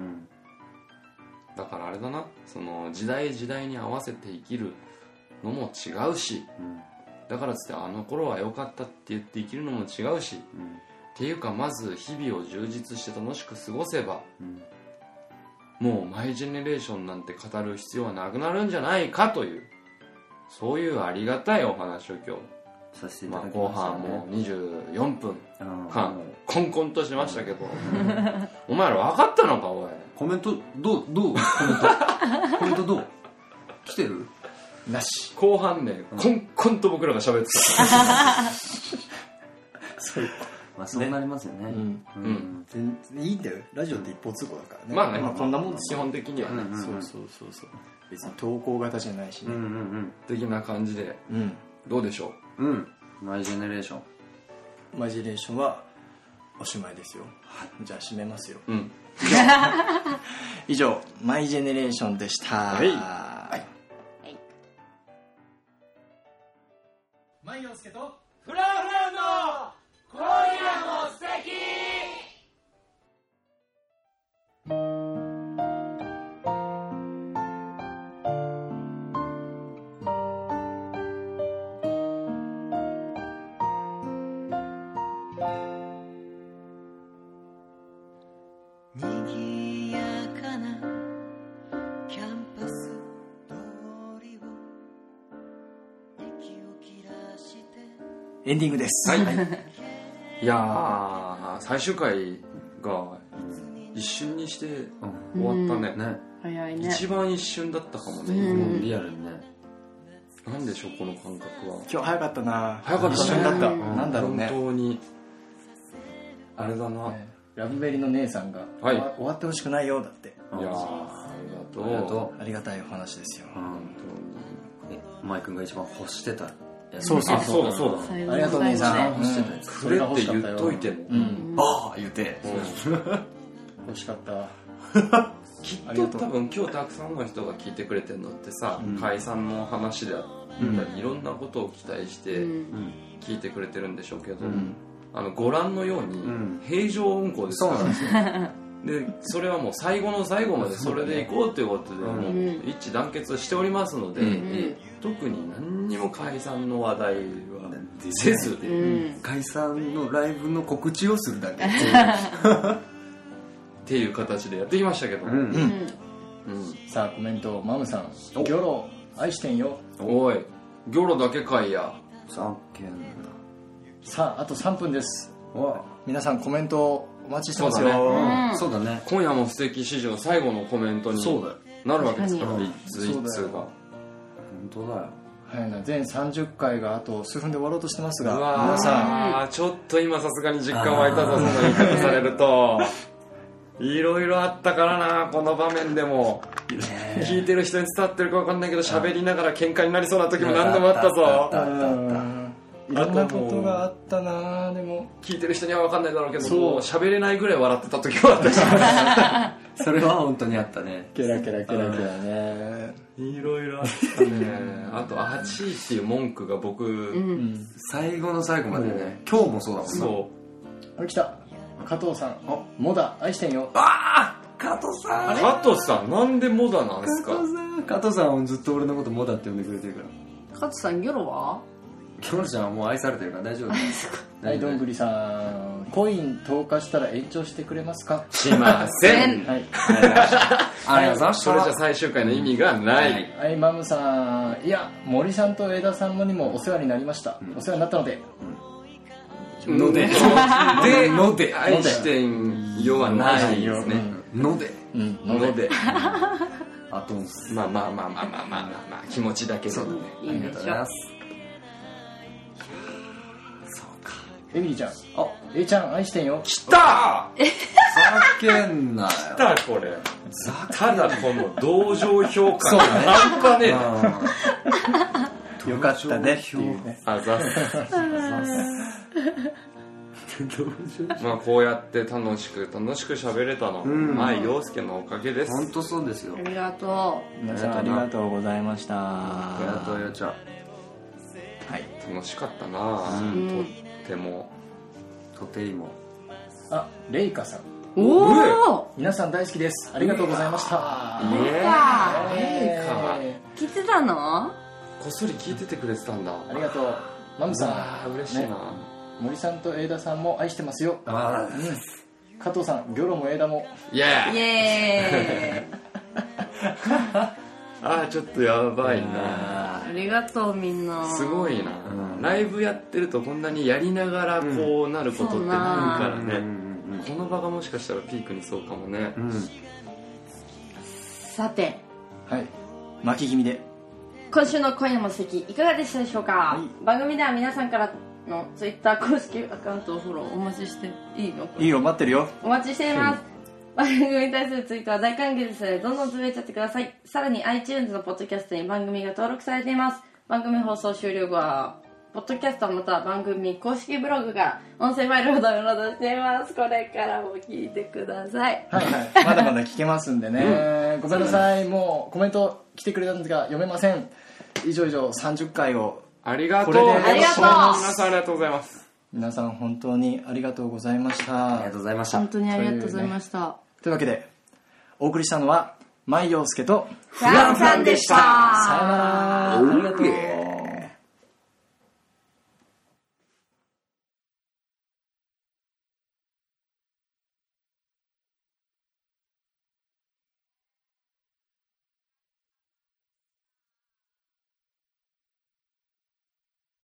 だからあれだな、その時代時代に合わせて生きるのも違うし、だからつってあの頃は良かったって言って生きるのも違うし、っていうかまず日々を充実して楽しく過ごせば、もうマイジェネレーションなんて語る必要はなくなるんじゃないかという、そういうありがたいお話を今日させていただきましたね。後半もう24分間コンコンとしましたけどお前ら分かったのかおい。 コメントどうコメントどう来てる？ なし。後半ね、コンコンと僕らが喋ってたそうなりますよね。 全然いいんだよ、ラジオって一方通行だからね。こんなもんです基本的にはね。 そう別に投稿型じゃないしね、 的な感じで、どうでしょう。マイジェネレーションはおしまいですよ。じゃあ締めますよ。以上マイジェネレーションでした。マイヨウスケとフラフラの今夜も素敵。 エンディングです。 はい、いやー最終回が一瞬にして終わったね、 早いね。 一番一瞬だったかもね、 リアルにね。 なんでしょうこの感覚は。 今日早かったな。 早かったね。 一瞬だった、なんだろうね。 本当にあれだな、 ラブベリーの姉さんが、終わってほしくないよだって。 いやありがとう。 ありがたいお話ですよ。 本当にお前くんが一番欲してた。 そうだ。 ありがとう姉さん。 くれって言っといても、 ああ言うて欲しかった。 きっと多分今日たくさんの人が聞いてくれてるのってさ、解散の話であったり、いろんなことを期待して聞いてくれてるんでしょうけど、ご覧のように平常運行ですから。でそれはもう最後の最後までそれでいこうということでもう一致団結しておりますので、特に何にも解散の話題はせず、 解散のライブの告知をするだけっていう形でやってきましたけど、 さあコメントマムさん、ギョロ愛してんよ。 おいギョロだけかいや。 さああと3分です。皆さんコメントお待ちしてますよ。 そうだね。 今夜も素敵史上最後のコメントになるわけですから、一通一通が。 本当だよ。 全30回があと数分で終わろうとしてますが、 皆さんちょっと今さすがに実感湧いたぞ、その言い方されると。いろいろあったからな、この場面でも。聞いてる人に伝わってるか分かんないけど、喋りながら喧嘩になりそうな時も何度もあったぞ。 いろんなことがあったな。でも聞いてる人には分かんないだろうけど、もう喋れないぐらい笑ってた時もあったし。 それは本当にあったね。 ケラケラケラケラね。 いろいろあったね。あとあちいっていう文句が僕、 最後の最後までね、今日もそうだもんな。 そう。 来た加藤さん、モダ愛してんよ。 加藤さん。 加藤さんなんでモダなんですか。 加藤さんはずっと俺のことモダって呼んでくれてるから。 加藤さんギョロはギョロちゃんはもう愛されてるから大丈夫ですか。 はい、どんぐりさん、コイン投下したら延長してくれますか。 しません。 はい、 ありがとうございました。 それじゃ最終回の意味がない。 はい、マムさん、いや森さんと枝さんにもお世話になりました。お世話になったのでので愛してんよはないですね。 のであとまあ気持ちだけで。 ありがとうございます。 エミリちゃん、A ちゃん愛してんよ。 来た。 ふざけんなよ。 来たこれ。ただこの同情評価が半端ねえ。よかったねっていうね。 あざっす。まあこうやって楽しく喋れたの前陽介のおかげです。 本当そうですよ。 ありがとう。皆さんありがとうございました。 ありがとうよちゃん。 はい、 楽しかったな。とても。 レイカさん。 おお。 皆さん大好きです。ありがとうございました。 レイカ。 聞いてたの？ こっそり聞いててくれてたんだ。 ありがとう。マムさん。 嬉しいな。 森さんと枝さんも愛してますよ。加藤さん、ギョロも枝も。 イエーイ。ちょっとやばいな。 ありがとうみんな。 すごいな。ライブやってるとこんなにやりながらこうなることってないからね。この場がもしかしたらピークにそうかもね。 さて、 巻き気味で今週の今夜も素敵いかがでしたでしょうか。番組では皆さんからのツイッター公式アカウントをフォローお待ちしていいの？ いいよ、待ってるよ。 お待ちしています。番組に対するツイートは大歓迎ですのでどんどんつぶやいちゃってください。さらに iTunes のポッドキャストに番組が登録されています。番組放送終了後はポッドキャストまたは番組公式ブログが音声ファイルをダウンロードしています。これからも聞いてください。 はいはい、まだまだ聞けますんでね、ごめんなさい。もうコメント来てくれたんですが読めません。以上30回をありがとう。 ありがとう。 皆さんありがとうございます。 皆さん本当にありがとうございました。 ありがとうございました。 本当にありがとうございました。 というわけでお送りしたのは舞陽介とフランさんでした。 さよなら。ありがとう。